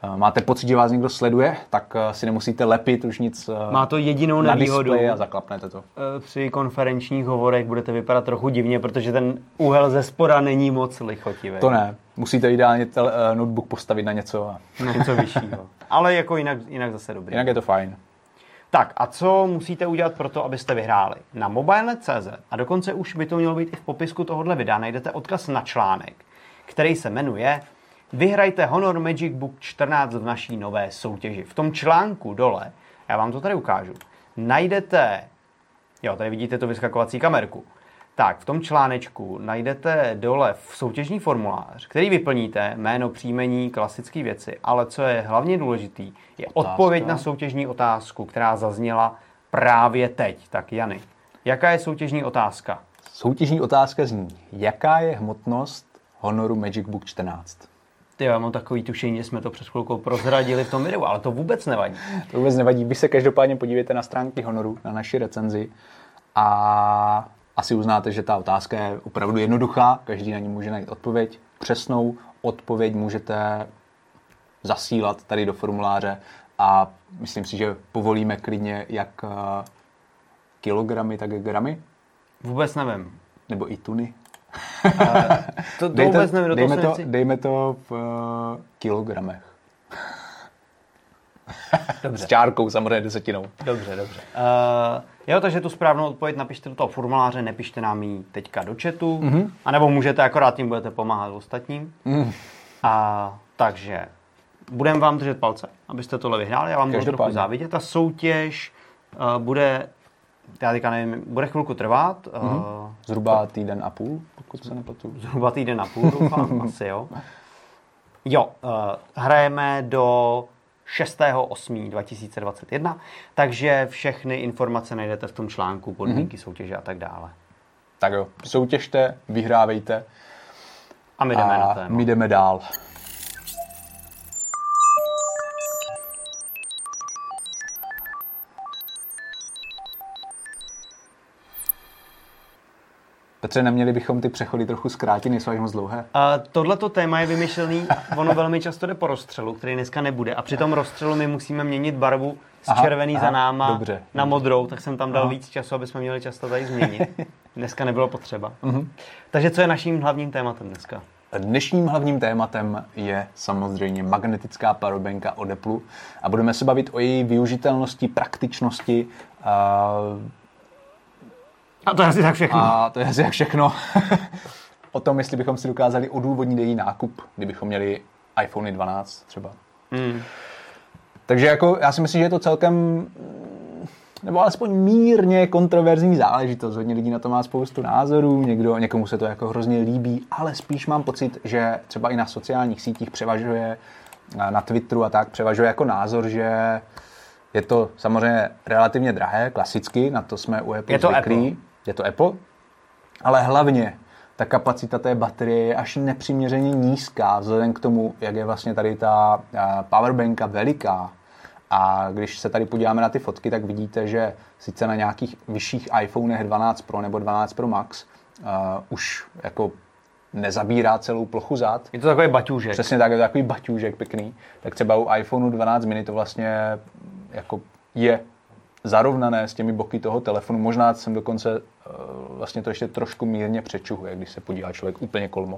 máte pocit, že vás někdo sleduje, tak si nemusíte lepit už nic Má to jedinou na nevýhodu. displeji a zaklapnete to. Při konferenčních hovorech budete vypadat trochu divně, protože ten úhel ze spoda není moc lichotivý. To ne. Musíte ideálně tel, notebook postavit na něco. A... Na něco vyššího. Ale jako jinak, jinak zase dobrý. Jinak je to fajn. Tak a co musíte udělat pro to, abyste vyhráli? Na mobilenet tečka cé zet a dokonce už by to mělo být i v popisku tohohle videa, najdete odkaz na článek, který se jmenuje Vyhrajte Honor Magic Book čtrnáct v naší nové soutěži. V tom článku dole, já vám to tady ukážu, najdete, jo, tady vidíte tu vyskakovací kamerku, tak v tom článečku najdete dole v soutěžní formulář, který vyplníte, jméno, příjmení, klasické věci, ale co je hlavně důležitý, je otázka. Odpověď na soutěžní otázku, která zazněla právě teď. Tak Jany, jaká je soutěžní otázka? Soutěžní otázka zní, jaká je hmotnost Honoru Magic Book čtrnáct? Ty, já mám takový tušení, že jsme to před chvilkou prozradili v tom videu, ale to vůbec nevadí. To vůbec nevadí. Vy se každopádně podívejte na stránky Honoru, na naši recenzi a asi uznáte, že ta otázka je opravdu jednoduchá. Každý na ní může najít odpověď. Přesnou odpověď můžete zasílat tady do formuláře a myslím si, že povolíme klidně jak kilogramy, tak gramy. Vůbec nevím. Nebo i tuny. to, to dejte, vůbec nevím, do dejme, toho to, dejme to v uh, kilogramech. Dobře. S čárkou, samozřejmě desetinou. Dobře, dobře. Uh, jo, takže tu správnou odpověď napište do toho formuláře, nepište nám ji teďka do chatu, mm-hmm. anebo můžete, akorát tím budete pomáhat ostatním. Mm. A takže budeme vám držet palce, abyste tohle vyhráli. Já vám budu trochu závidět. Ta soutěž uh, bude, já teďka nevím, bude chvilku trvat. Mm-hmm. Uh, Zhruba týden a půl, pokud se nepletu. Zhruba týden a půl, doufám, asi jo. Jo, uh, hrajeme do šestého osmého dva tisíce dvacet jedna, takže všechny informace najdete v tom článku, podmínky mm-hmm. soutěže a tak dále. Tak jo, soutěžte, vyhrávejte. A my jdeme a na téma. my jdeme dál. Petře, neměli bychom ty přechody trochu zkrátit, nejsou až moc dlouhé? Uh, tohleto téma je vymyšlený, ono velmi často jde po rozstřelu, který dneska nebude. A při tom rozstřelu my musíme měnit barvu z aha, červený aha, za náma dobře, na modrou, tak jsem tam dal aha. víc času, aby jsme měli čas to tady změnit. Dneska nebylo potřeba. Uh-huh. Takže co je naším hlavním tématem dneska? Dnešním hlavním tématem je samozřejmě magnetická powerbanka od Apple a budeme se bavit o její využitelnosti, praktičnosti. Uh, A to je asi tak všechno. A to je asi tak všechno. O tom, jestli bychom si dokázali odůvodnit její nákup, kdybychom měli iPhone dvanáct třeba. Mm. Takže jako, já si myslím, že je to celkem, nebo alespoň mírně kontroverzní záležitost. Hodně lidí na to má spoustu názorů, někdo, někomu se to jako hrozně líbí, ale spíš mám pocit, že třeba i na sociálních sítích převažuje, na Twitteru a tak, převažuje jako názor, že je to samozřejmě relativně drahé, klasicky, na to jsme u Apple je to zvyklí. Apple. Je to Apple, ale hlavně ta kapacita té baterie je až nepřiměřeně nízká, vzhledem k tomu, jak je vlastně tady ta powerbanka veliká. A když se tady podíváme na ty fotky, tak vidíte, že sice na nějakých vyšších iPhonech dvanáct Pro nebo dvanáct Pro Max uh, už jako nezabírá celou plochu zad. Je to takový baťůžek. Přesně tak, je to takový baťůžek pěkný. Tak třeba u iPhoneu dvanáct mini to vlastně jako je zarovnané s těmi boky toho telefonu. Možná jsem dokonce uh, vlastně to ještě trošku mírně přečuhuje, když se podívá člověk úplně kolmo.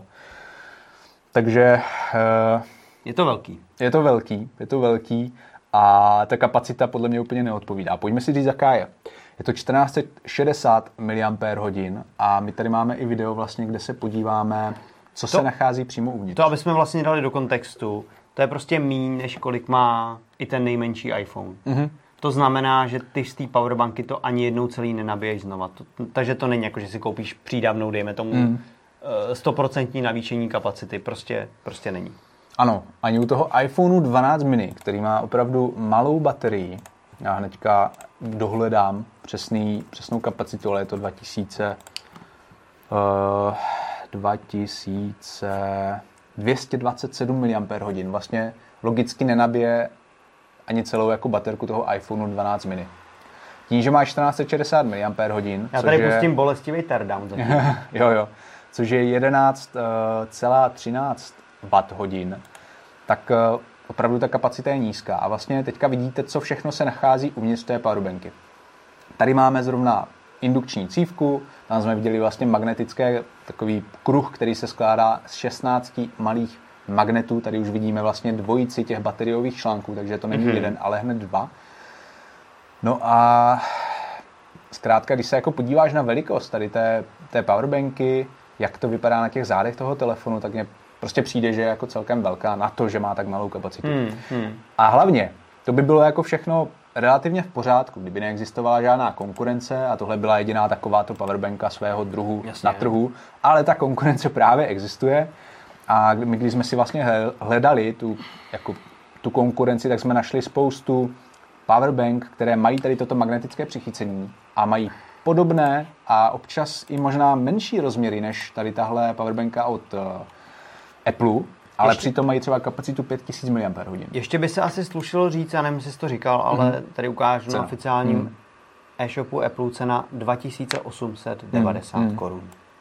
Takže uh, je to velký. Je to velký, je to velký a ta kapacita podle mě úplně neodpovídá. Pojďme si říct, jaká je. Je to čtrnáct set šedesát miliampérhodin a my tady máme i video vlastně, kde se podíváme, co to, se nachází přímo uvnitř. To, aby jsme vlastně dali do kontextu, to je prostě míň, než kolik má i ten nejmenší iPhone. Mm-hmm. To znamená, že ty z té powerbanky to ani jednou celý nenabiješ znova. To, takže to není jako, že si koupíš přídavnou, dejme tomu, mm. sto procent navýšení kapacity. Prostě, prostě není. Ano, ani u toho iPhoneu dvanáct mini, který má opravdu malou baterii, já hnedka dohledám přesný, přesnou kapacitu, ale je to dva tisíce, uh, dva tisíce dvě stě dvacet sedm miliampérhodin. Vlastně logicky nenabije ani celou jako baterku toho iPhoneu dvanáct mini. Tím, že má čtrnáct set šedesát miliampérhodin. Já tady je... pustím bolestivý teardown. jo, jo. Což je jedenáct celá třináct watt hodin. Tak opravdu ta kapacita je nízká. A vlastně teďka vidíte, co všechno se nachází uvnitř té powerbanky. Tady máme zrovna indukční cívku, tam jsme viděli vlastně magnetické, takový kruh, který se skládá z šestnácti malých magnetů. Tady už vidíme vlastně dvojici těch bateriových článků, takže to není mm-hmm. jeden, ale hned dva. No a zkrátka, když se jako podíváš na velikost tady té, té powerbanky, jak to vypadá na těch zádech toho telefonu, tak mě prostě přijde, že je jako celkem velká na to, že má tak malou kapacitu. Hmm, hmm. A hlavně, to by bylo jako všechno relativně v pořádku, kdyby neexistovala žádná konkurence a tohle byla jediná takováto powerbanka svého druhu Jasně. na trhu, ale ta konkurence právě existuje a my, když jsme si vlastně hledali tu, jako, tu konkurenci, tak jsme našli spoustu powerbank, které mají tady toto magnetické přichycení a mají podobné a občas i možná menší rozměry než tady tahle powerbanka od uh, Apple, ale ještě, přitom mají třeba kapacitu pět tisíc miliampérhodin. Ještě by se asi slušilo říct, já nevím, jestli jsi to říkal, ale mm. tady ukážu cena. Na oficiálním mm. e-shopu Apple cena dva tisíce osm set devadesát mm. korun.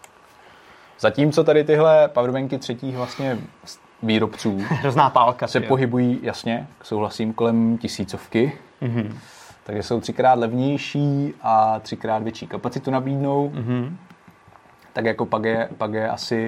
Zatímco tady tyhle powerbanky třetích vlastně výrobců hrozná pálka, se pohybují, jasně, souhlasím, kolem tisícovky. Mm-hmm. Takže jsou třikrát levnější a třikrát větší kapacitu nabídnou. Mm-hmm. Tak jako pak je, pak je asi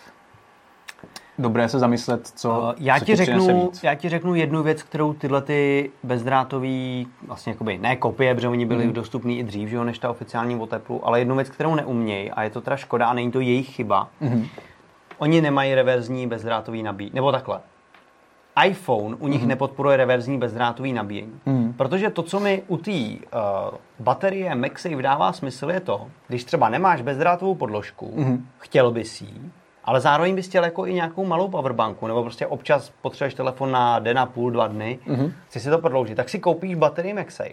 dobré se zamyslet, co, já co ti řeknu, Já ti řeknu jednu věc, kterou tyhle ty bezdrátový, vlastně jakoby ne kopie, protože oni byli mm. dostupný i dřív, že jo, než ta oficiální od Apple, ale jednu věc, kterou neumějí, a je to teda škoda a není to jejich chyba, mm. oni nemají reverzní bezdrátový nabíjení, nebo takhle. iPhone u nich mm. nepodporuje reverzní bezdrátový nabíjení. Mm. Protože to, co mi u té uh, baterie MagSafe dává smysl, je to, když třeba nemáš bezdrátovou podložku, mm. chtěl bys jí, ale zároveň bys chtěl jako i nějakou malou powerbanku, nebo prostě občas potřebuješ telefon na den a půl, dva dny, mm. chci si to prodloužit, tak si koupíš baterii MagSafe.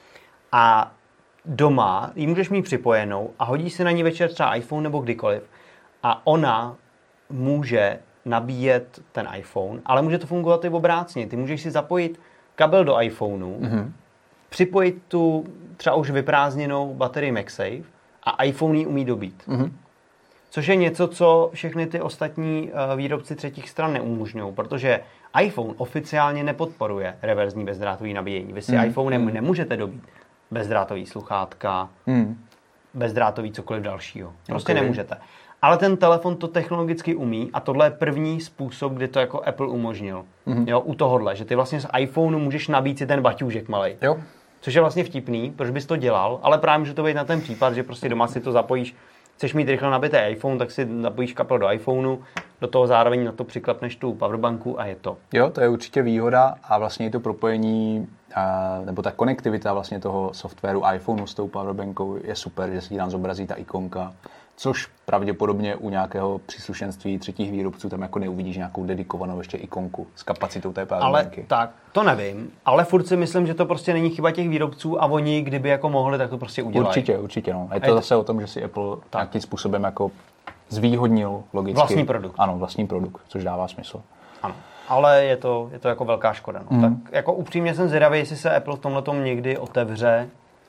A doma ji můžeš mít připojenou a hodíš si na ní večer třeba iPhone nebo kdykoliv a ona může nabíjet ten iPhone, ale může to fungovat i obrácně. Ty můžeš si zapojit kabel do iPhoneu, mm-hmm. připojit tu třeba už vyprázdněnou baterii MagSafe a iPhone ji umí dobít. Mm-hmm. Což je něco, co všechny ty ostatní uh, výrobci třetích stran neumožňují, protože iPhone oficiálně nepodporuje reverzní bezdrátový nabíjení. Vy si mm-hmm. iPhonem nemůžete dobít bezdrátový sluchátka, mm. bezdrátový cokoliv dalšího. Prostě okay. nemůžete. Ale ten telefon to technologicky umí a tohle je první způsob, kdy to jako Apple umožnil. Mm-hmm. Jo, u tohohle, že ty vlastně z iPhoneu můžeš nabít si ten baťůžek malej. Jo. Což je vlastně vtipný, proč bys to dělal, ale právě může to být na ten případ, že prostě doma si to zapojíš, chceš mít rychle nabitý iPhone, tak si zapojíš kabel do iPhoneu, do toho zároveň na to přiklepneš tu powerbanku a je to. Jo, to je určitě výhoda a vlastně to propojení, nebo ta konektivita vlastně toho softwaru iPhoneu s tou powerbankou je super, že se ti tam zobrazí ta ikonka. Což pravděpodobně u nějakého příslušenství třetích výrobců tam jako neuvidíš nějakou dedikovanou ještě ikonku s kapacitou té powerbanky. Ale tak, to nevím, ale furt si myslím, že to prostě není chyba těch výrobců a oni, kdyby jako mohli, tak to prostě udělají. Určitě, určitě, no. Je to, je to zase o tom, že si Apple tak. nějakým způsobem jako zvýhodnil logicky. Vlastní produkt. Ano, vlastní produkt, což dává smysl. Ano, ale je to, je to jako velká škoda, no. Mm. Tak jako upřímně jsem zvědavý, jestli se Apple v tomhletom někdy otevře.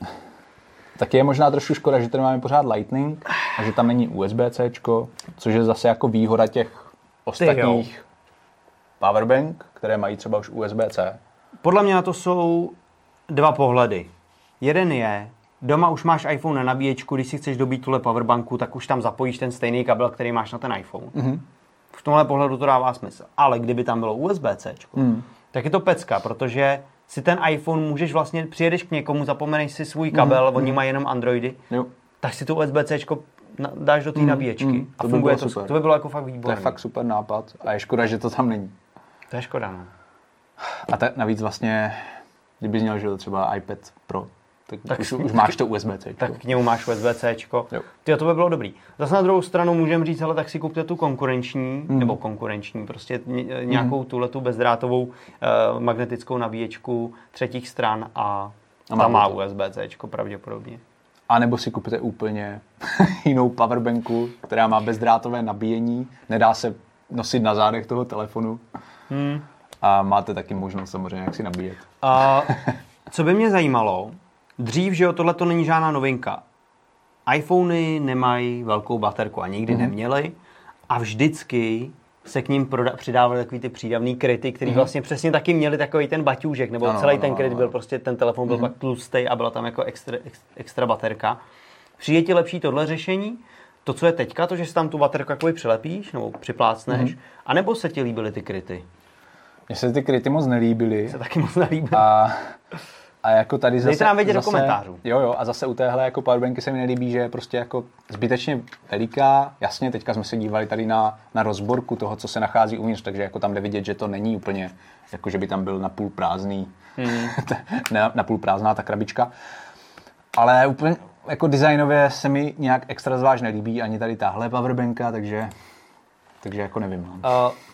Taky je možná trošku škoda, že tady máme pořád Lightning a že tam není U S B-C, což je zase jako výhoda těch ostatních powerbank, které mají třeba už U S B-C. Podle mě na to jsou dva pohledy. Jeden je, doma už máš iPhone na nabíječku, když si chceš dobít tuhle powerbanku, tak už tam zapojíš ten stejný kabel, který máš na ten iPhone. Mm-hmm. V tomhle pohledu to dává smysl. Ale kdyby tam bylo U S B-C, mm. tak je to pecka, protože si ten iPhone můžeš vlastně, přijedeš k někomu, zapomeneš si svůj kabel, mm, oni mm. mají jenom Androidy, jo. tak si to U S B-C dáš do té mm, nabíječky mm, a funguje to. To by bylo jako fakt výborné. To je fakt super nápad a je škoda, že to tam není. To je škoda, no. A ta, navíc vlastně, kdybys měl že třeba iPad Pro, tak, tak už, už máš to U S B-C. Tak k němu máš U S B-C. Tyjo, to by bylo dobrý. Zase na druhou stranu můžeme říct, hele, tak si kupte tu konkurenční, mm. nebo konkurenční, prostě nějakou mm. tuhletu bezdrátovou uh, magnetickou nabíječku třetích stran a, a tam má U S B-C pravděpodobně. A nebo si kupte úplně jinou powerbanku, která má bezdrátové nabíjení, nedá se nosit na zádech toho telefonu mm. a máte taky možnost samozřejmě, jak si nabíjet. Uh, co by mě zajímalo, dřív, že jo, tohle to není žádná novinka. iPhony nemají velkou baterku a nikdy mm-hmm. neměly a vždycky se k ním proda- přidávaly takový ty přídavný kryty, který mm-hmm. vlastně přesně taky měli takový ten baťůžek, nebo ano, celý ano, ten kryt ano. byl prostě, ten telefon byl mm-hmm. pak tlustý a byla tam jako extra, extra, extra baterka. Přijde ti lepší tohle řešení, to, co je teďka, to, že si tam tu baterku jakoby přilepíš nebo připlácneš, mm-hmm. anebo se ti líbily ty kryty? Mně se ty kryty moc nelíbily. Se taky moc nelíbily. A, a jako tady zase... Dejte nám vědět zase, do komentářů. Jo, jo, a zase u téhle jako powerbanky se mi nelíbí, že je prostě jako zbytečně veliká. Jasně, teďka jsme se dívali tady na, na rozborku toho, co se nachází uvnitř, takže jako tam jde vidět, že to není úplně, jako že by tam byl napůl prázdný, hmm. ne, napůl prázdná ta krabička. Ale úplně jako designově se mi nějak extra zvlášť nelíbí ani tady tahle powerbanka, takže, takže jako nevím. Uh,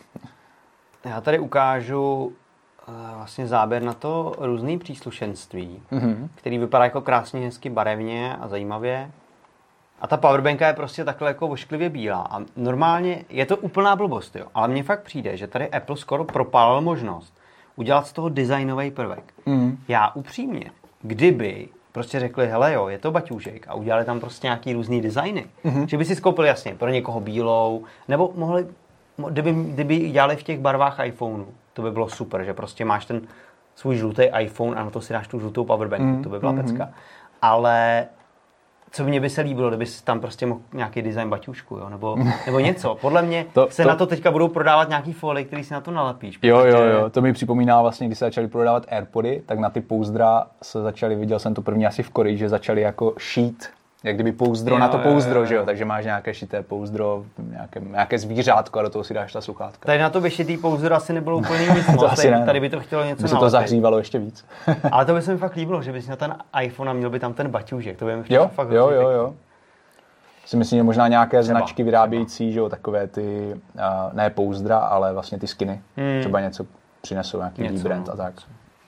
já tady ukážu vlastně záběr na to různý příslušenství, mm-hmm. který vypadá jako krásně, hezky, barevně a zajímavě. A ta powerbanka je prostě takhle jako ošklivě bílá. A normálně je to úplná blbost, jo. Ale mně fakt přijde, že tady Apple skoro propálil možnost udělat z toho designový prvek. Mm. Já upřímně, kdyby prostě řekli, hele jo, je to baťůžek a udělali tam prostě nějaký různý designy, mm-hmm. že by si skoupili jasně pro někoho bílou, nebo mohli, kdyby, kdyby dělali v těch barvách iPhoneu, to by bylo super, že prostě máš ten svůj žlutý iPhone a na to si dáš tu žlutou powerbanku, mm, to by byla mm, pecka. Ale co mě by se líbilo, kdyby tam prostě mohl nějaký design baťušku, jo, nebo, nebo něco. Podle mě to, se to... na to teďka budou prodávat nějaký folie, který si na to nalepíš. Jo, jo, jo, to mi připomíná vlastně, když se začali prodávat AirPody, tak na ty pouzdra se začali, viděl jsem to první asi v Koreji, že začali jako šít, jak kdyby pouzdro jo, na to pouzdro, jo, jo, jo. že jo, takže máš nějaké šité pouzdro, nějaké, nějaké zvířátko a do toho si dáš ta sluchátka. Tady na to vyšitý pouzdro asi nebylo úplně nic moc, tady, ne, tady by to chtělo něco by se to zahřívalo ještě víc. Ale to by se mi fakt líbilo, že bys na ten iPhone a měl by tam ten baťůžek, to by mi jo, fakt jo, jo, jo. Si myslím, že možná nějaké třeba, značky vyrábějící, třeba. Že jo, takové ty, uh, ne pouzdra, ale vlastně ty skiny, hmm. třeba něco přinesou, nějaký něco, brand no. a tak.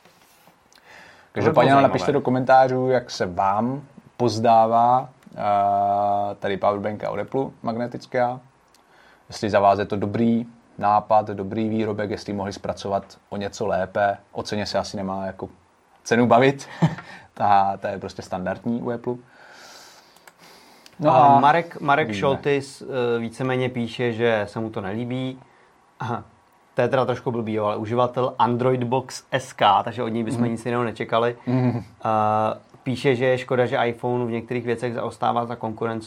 Každopádně napište do komentářů, jak se vám pozdává uh, tady powerbanka od Apple magnetická. Jestli za vás je to dobrý nápad, dobrý výrobek, jestli mohli zpracovat o něco lépe. O ceně se asi nemá jako cenu bavit. ta, ta je prostě standardní u Apple. No a Marek, Marek Šoltis uh, víceméně píše, že se mu to nelíbí. Aha. To je teda trošku blbý, ale uživatel Android Box S K, takže od něj bychom mm. nic jiného nečekali. Mm. Uh, Píše, že je škoda, že iPhone v některých věcech zaostává za,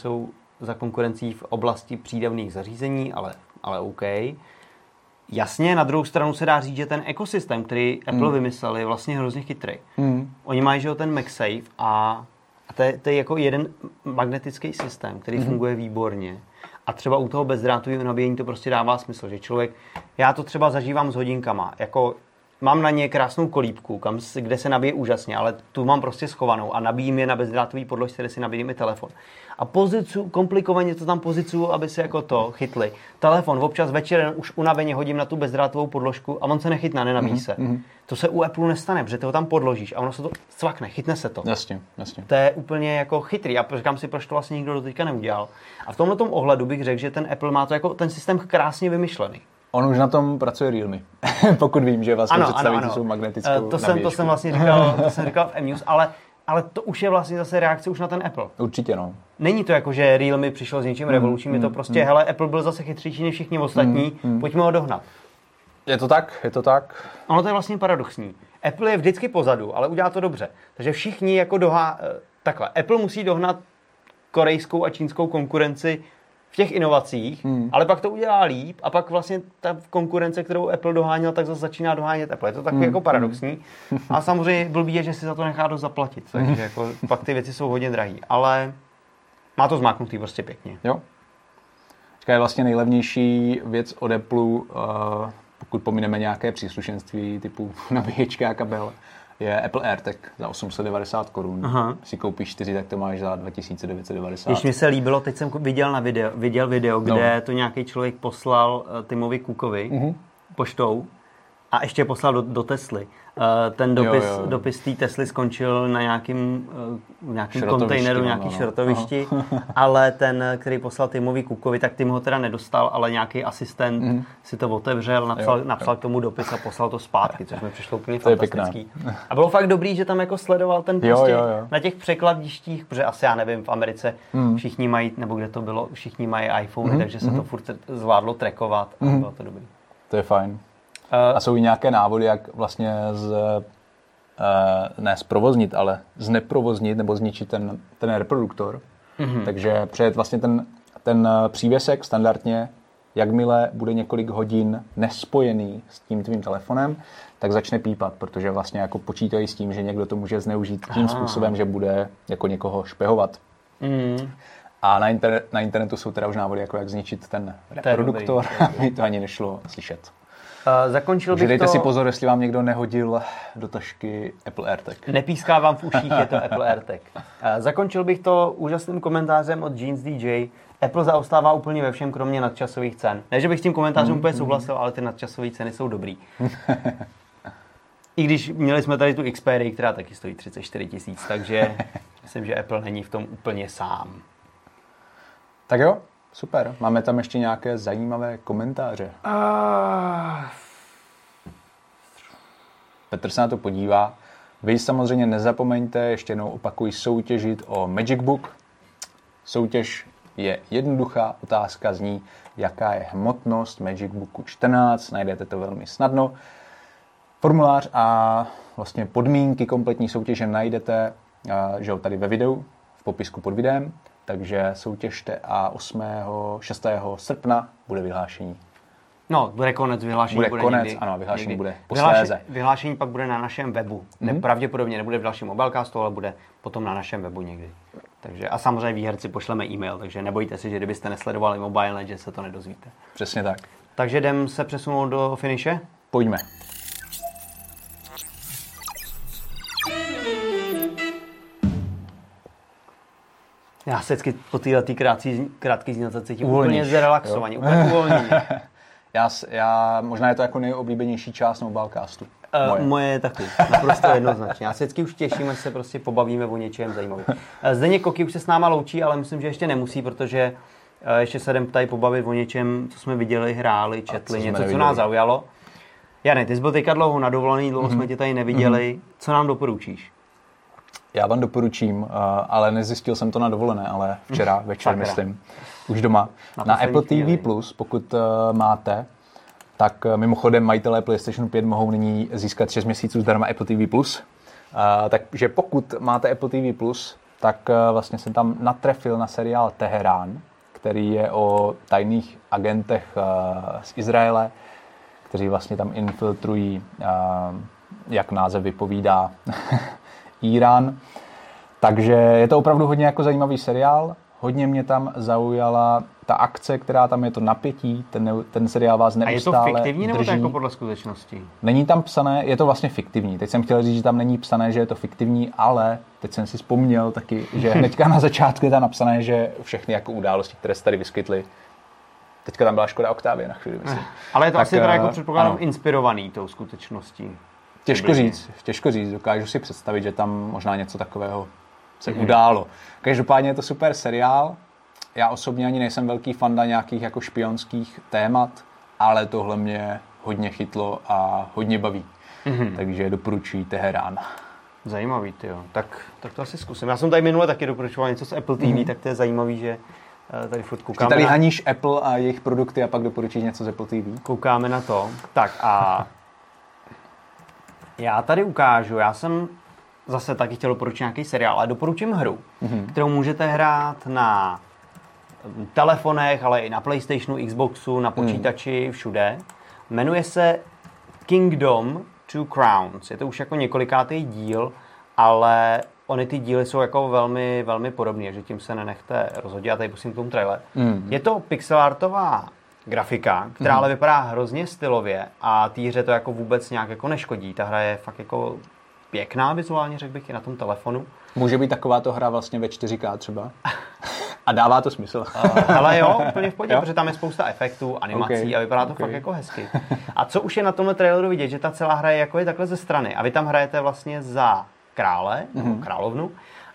za konkurencí v oblasti přídavných zařízení, ale, ale OK. Jasně, na druhou stranu se dá říct, že ten ekosystém, který Apple mm. vymyslel, je vlastně hrozně chytrý. Mm. Oni mají, že jo, ten MagSafe a, a to, je, to je jako jeden magnetický systém, který mm. funguje výborně. A třeba u toho bezdrátového nabíjení to prostě dává smysl, že člověk, já to třeba zažívám s hodinkama, jako mám na ně krásnou kolíbku, kam, kde se nabíje úžasně, ale tu mám prostě schovanou a nabíjím je na bezdrátový podložce, kde si nabíjím i telefon. A pozicu, komplikovaně to tam pozicu, aby se jako to chytli. Telefon občas večer už unaveně hodím na tu bezdrátovou podložku a on se nechytne, nenabíjí se. Mm-hmm. To se u Apple nestane, protože ty ho tam podložíš a ono se to cvakne, chytne se to. Jasně, jasně. To je úplně jako chytrý a říkám si, proč to vlastně nikdo do teďka neudělal. A v tomhle tom ohledu bych řekl, že ten Apple má to jako ten systém krásně vymyšlený. On už na tom pracuje Realme, pokud vím, že vlastně ano, představí, ano, ano. Jsou magnetickou uh, to jsem, to jsem vlastně říkal, to jsem říkal v M-News, ale, ale to už je vlastně zase reakce už na ten Apple. Určitě, no. Není to jako, že Realme přišel s něčím mm, revolučním, mm, je to prostě, mm. hele, Apple byl zase chytřejší než všichni ostatní, mm, mm. pojďme ho dohnat. Je to tak, je to tak. Ono to je vlastně paradoxní. Apple je vždycky pozadu, ale udělá to dobře. Takže všichni jako dohá... Takhle, Apple musí dohnat korejskou a čínskou konkurenci v těch inovacích, hmm. ale pak to udělá líp a pak vlastně ta konkurence, kterou Apple doháněl, tak zase začíná dohánět Apple. Je to takový hmm. jako paradoxní. A samozřejmě blbý je, že si za to nechá dost zaplatit. Takže jako, pak ty věci jsou hodně drahý. Ale má to zmáknutý prostě pěkně. Jo. Říká, je vlastně nejlevnější věc od Apple, uh, pokud pomineme nějaké příslušenství typu nabíječka a kabel, je Apple AirTag za osm set devadesát korun. Aha. Si koupíš čtyři, tak to máš za dva tisíce devět set devadesát. Když mi se líbilo, teď jsem viděl na video, viděl video, kde no. to nějaký člověk poslal uh, Timovi Cookovi uh-huh. poštou A ještě poslal do, do Tesly. Uh, ten dopis, jo, jo. dopis té Tesly skončil na nějakým, uh, nějakým kontejneru, no, nějaký no. šrotovišti, ale ten, který poslal Timovi Cookovi, tak Tim ho teda nedostal, ale nějaký asistent mm. si to otevřel, napsal, jo, napsal jo. k tomu dopis a poslal to zpátky, což mi přišlo úplně fantastický. A bylo fakt dobrý, že tam jako sledoval ten prostě jo, jo, jo. na těch překladištích, protože asi já nevím, v Americe mm. všichni mají, nebo kde to bylo, všichni mají iPhony, mm. takže se mm. to furt zvládlo trackovat a mm. bylo to dobrý. To je fajn. A jsou i nějaké návody, jak vlastně z, ne zprovoznit, ale zneprovoznit nebo zničit ten, ten reproduktor. Mm-hmm. Takže přejet vlastně ten, ten přívěsek standardně, jakmile bude několik hodin nespojený s tím tvým telefonem, tak začne pípat, protože vlastně jako počítají s tím, že někdo to může zneužít tím Aha. způsobem, že bude jako někoho špehovat. Mm. A na, inter, na internetu jsou teda už návody, jako jak zničit ten reproduktor. Mi to ani nešlo slyšet. Uh, zakončil bych dejte to... si pozor, jestli vám někdo nehodil do tašky Apple AirTag. Nepíská vám v uších, je to Apple AirTag. Uh, zakončil bych to úžasným komentářem od Jeans D J. Apple zaostává úplně ve všem, kromě nadčasových cen. Ne, že bych s tím komentářem mm, úplně souhlasil, ale ty nadčasové ceny jsou dobrý. I když měli jsme tady tu Xperia, která taky stojí třicet čtyři tisíc, takže myslím, že Apple není v tom úplně sám. Tak jo. Super. Máme tam ještě nějaké zajímavé komentáře. Uh... Petr se na to podívá. Vy samozřejmě nezapomeňte, ještě jednou opakuji, soutěžit o Magic Book. Soutěž je jednoduchá, otázka zní, jaká je hmotnost Magic Booku čtrnáct. Najdete to velmi snadno. Formulář a vlastně podmínky kompletní soutěže najdete že jo, tady ve videu, v popisku pod videem. Takže soutěžte a osmého šestého srpna bude vyhlášení. No, bude konec, vyhlášení bude, bude konec, někdy. Ano, vyhlášení někdy. bude posléze. Vyhlášení pak bude na našem webu. Mm-hmm. Nepravděpodobně nebude v dalším mobilecastu, ale bude potom na našem webu někdy. Takže, a samozřejmě výherci pošleme e-mail, takže nebojte se, že kdybyste nesledovali MobileNet, že se to nedozvíte. Přesně tak. Takže jdem se přesunout do finiše? Pojďme. Já se vždycky po této krátké znělce cítím Uvolníš, úplně zrelaxovaně, úplně uvolnění. já, já, možná je to jako nejoblíbenější část mobilecastu. Uh, moje. moje je taky, naprosto jednoznačně. Já se vždycky už těším, až se prostě pobavíme o něčem zajímavém. Zdeněk Koky už se s náma loučí, ale myslím, že ještě nemusí, protože ještě se jdem tady pobavit o něčem, co jsme viděli, hráli, četli, co něco, neviděli. Co nás zaujalo. Jane, ty jsi byl teďka dlouho na dovolený, dlouho mm-hmm. jsme tě tady neviděli. Mm-hmm. Co nám doporučíš? Já vám doporučím, ale nezjistil jsem to na dovolené, ale včera večer, myslím, už doma. Na, na Apple T V Plus, pokud uh, máte, tak uh, mimochodem majitelé PlayStation pět mohou nyní získat šest měsíců zdarma Apple T V Plus. Uh, takže pokud máte Apple T V Plus, tak uh, vlastně jsem tam natrefil na seriál Teherán, který je o tajných agentech uh, z Izraele, kteří vlastně tam infiltrují, uh, jak název vypovídá, Irán. Takže je to opravdu hodně jako zajímavý seriál. Hodně mě tam zaujala ta akce, která tam je, to napětí. Ten, ten seriál vás neustále A je to fiktivní drží. Nebo to jako podle skutečnosti? Není tam psané, je to vlastně fiktivní. Teď jsem chtěl říct, že tam není psané, že je to fiktivní, ale teď jsem si vzpomněl taky, že hnedka na začátku je tam napsané, že všechny jako události, které se tady vyskytly, teďka tam byla Škoda Octavia na chvíli, myslím. Ale je to tak, asi teda jako předpokládám inspirovaný tou skutečností. Těžko říct, těžko říct, dokážu si představit, že tam možná něco takového se mm-hmm. událo. Každopádně je to super seriál. Já osobně ani nejsem velký fanda nějakých jako špionských témat, ale tohle mě hodně chytlo a hodně baví. Mm-hmm. Takže doporučuji Teherán. Zajímavý, tyjo. Tak, tak to asi zkusím. Já jsem tady minule taky doporučoval něco z Apple T V, mm-hmm. tak to je zajímavý, že tady furt koukáme. Ty tady na... haníš Apple a jejich produkty a pak doporučíš něco z Apple T V? Koukáme na to. Tak a já tady ukážu, já jsem zase taky chtěl doporučit nějaký seriál, ale doporučím hru, mm-hmm. kterou můžete hrát na telefonech, ale i na PlayStationu, Xboxu, na počítači, mm. všude. Jmenuje se Kingdom Two Crowns. Je to už jako několikátý díl, ale ony ty díly jsou jako velmi, velmi podobné, že tím se nenechte rozhodit. Já tady pustím k tomu trailer. Mm. Je to pixelartová grafika, která mm. ale vypadá hrozně stylově a té hře to jako vůbec nějak jako neškodí. Ta hra je fakt jako pěkná vizuálně, řekl bych, i na tom telefonu. Může být takováto hra vlastně ve čtyři ká třeba? A dává to smysl. Ale jo, úplně v pohodě, protože tam je spousta efektů, animací okay. a vypadá to okay. fakt jako hezky. A co už je na tomhle traileru vidět, že ta celá hra je jako je takhle ze strany a vy tam hrajete vlastně za krále, mm-hmm. nebo královnu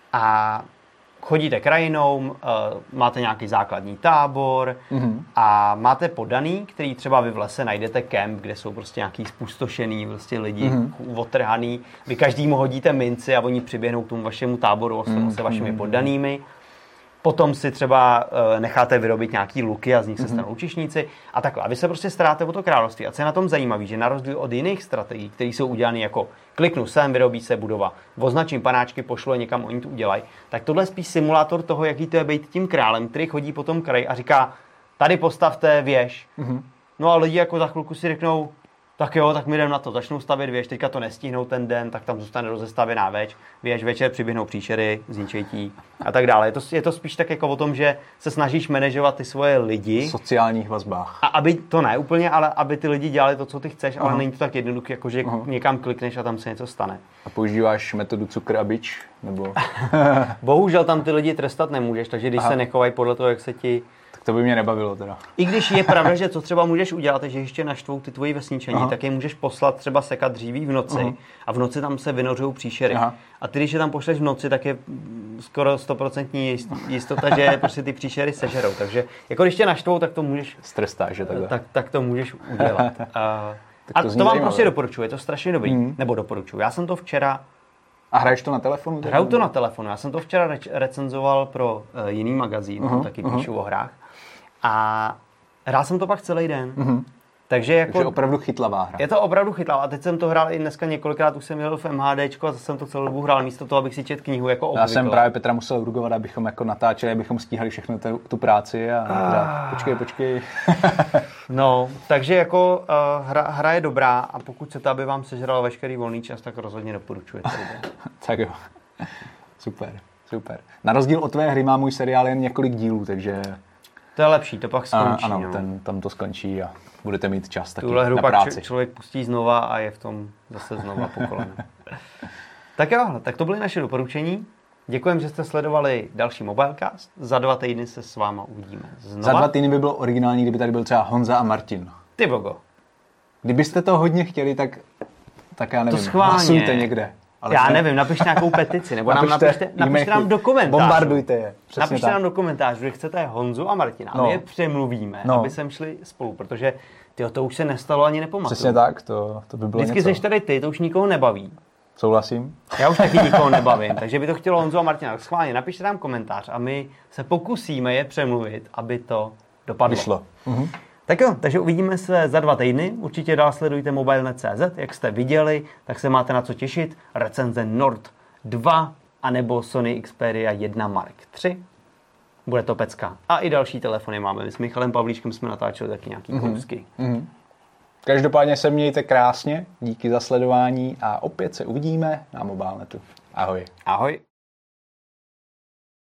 a chodíte krajinou, máte nějaký základní tábor mm-hmm. a máte podaný, který třeba vy v lese najdete kemp, kde jsou prostě nějaký spustošený prostě lidi, mm-hmm. otrhaný. Vy každému hodíte minci a oni přiběhnou k tomu vašemu táboru mm-hmm. se vašimi podanými. Potom si třeba uh, necháte vyrobit nějaký luky a z nich se stanou lučišníci a takhle. A vy se prostě staráte o to království. A co je na tom zajímavé, že na rozdíl od jiných strategií, které jsou udělané jako kliknu sem, vyrobí se budova, označím panáčky, pošlu je někam, oni to udělají, tak tohle je spíš simulátor toho, jaký to je být tím králem, který chodí po tom kraji a říká, tady postavte věž. Mm-hmm. No a lidi jako za chvilku si řeknou, tak jo, tak my jdeme na to, začnou stavět věž, teďka to nestihnou ten den, tak tam zůstane rozestavěná věž, věž, večer přiběhnou příšery, zničejtí a tak dále. Je to, je to spíš tak jako o tom, že se snažíš manažovat ty svoje lidi. V sociálních vazbách. A aby, to ne úplně, ale aby ty lidi dělali to, co ty chceš, uh-huh. ale není to tak jednoduché, jako že uh-huh. někam klikneš a tam se něco stane. A používáš metodu cukr a bič? Nebo... Bohužel tam ty lidi trestat nemůžeš, takže když Aha. se nechovají podle toho, jak se ti... To by mě nebavilo teda. I když je pravda, že co třeba můžeš udělat, že ještě naštvou ty tvoji vesničani, Aha. tak je můžeš poslat třeba sekat dříví v noci Aha. a v noci tam se vynořují příšery. Aha. A ty, když je tam pošleš v noci, tak je skoro stoprocentní jistota, že prostě ty příšery sežerou. Takže jako když tě naštvou, tak to můžeš... Strestáš, že takhle. Tak, tak to můžeš udělat. A, a to, to vám prostě doporučuji, je to strašně dobrý. Mm. Nebo doporučuji. Já jsem to včera... A hraješ to na telefonu? Hraju to na telefonu. Já jsem to včera re- recenzoval pro uh, jiný magazín, uh-huh, taky uh-huh. píšu o hrách. A hrál jsem to pak celý den. Mm-hmm. Takže jako... Takže opravdu chytlavá hra. Je to opravdu chytlavá. A teď jsem to hrál i dneska několikrát, už jsem jel v MHDčko a zase jsem to celou dobu hrál místo toho, abych si četl knihu jako obvykle. Já jsem právě Petra musel urgovat, abychom jako natáčeli, abychom stíhali všechno tu, tu práci a ah. počkej, počkej. No, takže jako uh, hra, hra je dobrá a pokud chcete, aby vám sežral veškerý volný čas, tak rozhodně doporučujete. Tak jo. Super, super. Na rozdíl od tvé hry má můj seriál jen několik dílů, takže... To je lepší, to pak skončí. A, ano, no. ten, tam to skončí a budete mít čas taky Tuhle hru na pak práci. Č- člověk pustí znova a je v tom zase znova po kolenu. Tak jo, tak to byly naše doporučení. Děkujem, že jste sledovali další Mobilecast. Za dva týdny se s váma uvidíme znova. Za dva týdny by bylo originální, kdyby tady byl třeba Honza a Martin. Ty bogo. Kdybyste to hodně chtěli, tak, tak já nevím, hlasujte někde. Ale já nevím, napište nějakou petici, nebo napište, nám napište, napište nám do komentářů. Bombardujte je. Napište tak. nám do komentářů, že chcete Honzu a Martina. No. My je přemluvíme, no. aby sem šli spolu, protože tyjo, to už se nestalo ani nepamatuju. Přesně tak, to, to by bylo Vždycky něco. Vždycky jsi tady ty, to už nikoho nebaví. Souhlasím. Já už taky nikoho nebavím, takže by to chtělo Honzu a Martina. Tak schválně, napište nám komentář a my se pokusíme je přemluvit, aby to dopadlo. Vyšlo. Mhm. Tak jo, takže uvidíme se za dva týdny. Určitě dál sledujte mobile tečka cé zet, jak jste viděli, tak se máte na co těšit. Recenze Nord dva anebo Sony Xperia jedna Mark tři. Bude to pecka. A i další telefony máme. My s Michalem Pavlíčkem jsme natáčeli taky nějaký mm-hmm. kousky. Mm-hmm. Každopádně se mějte krásně, díky za sledování a opět se uvidíme na Mobilenetu. Ahoj. Ahoj.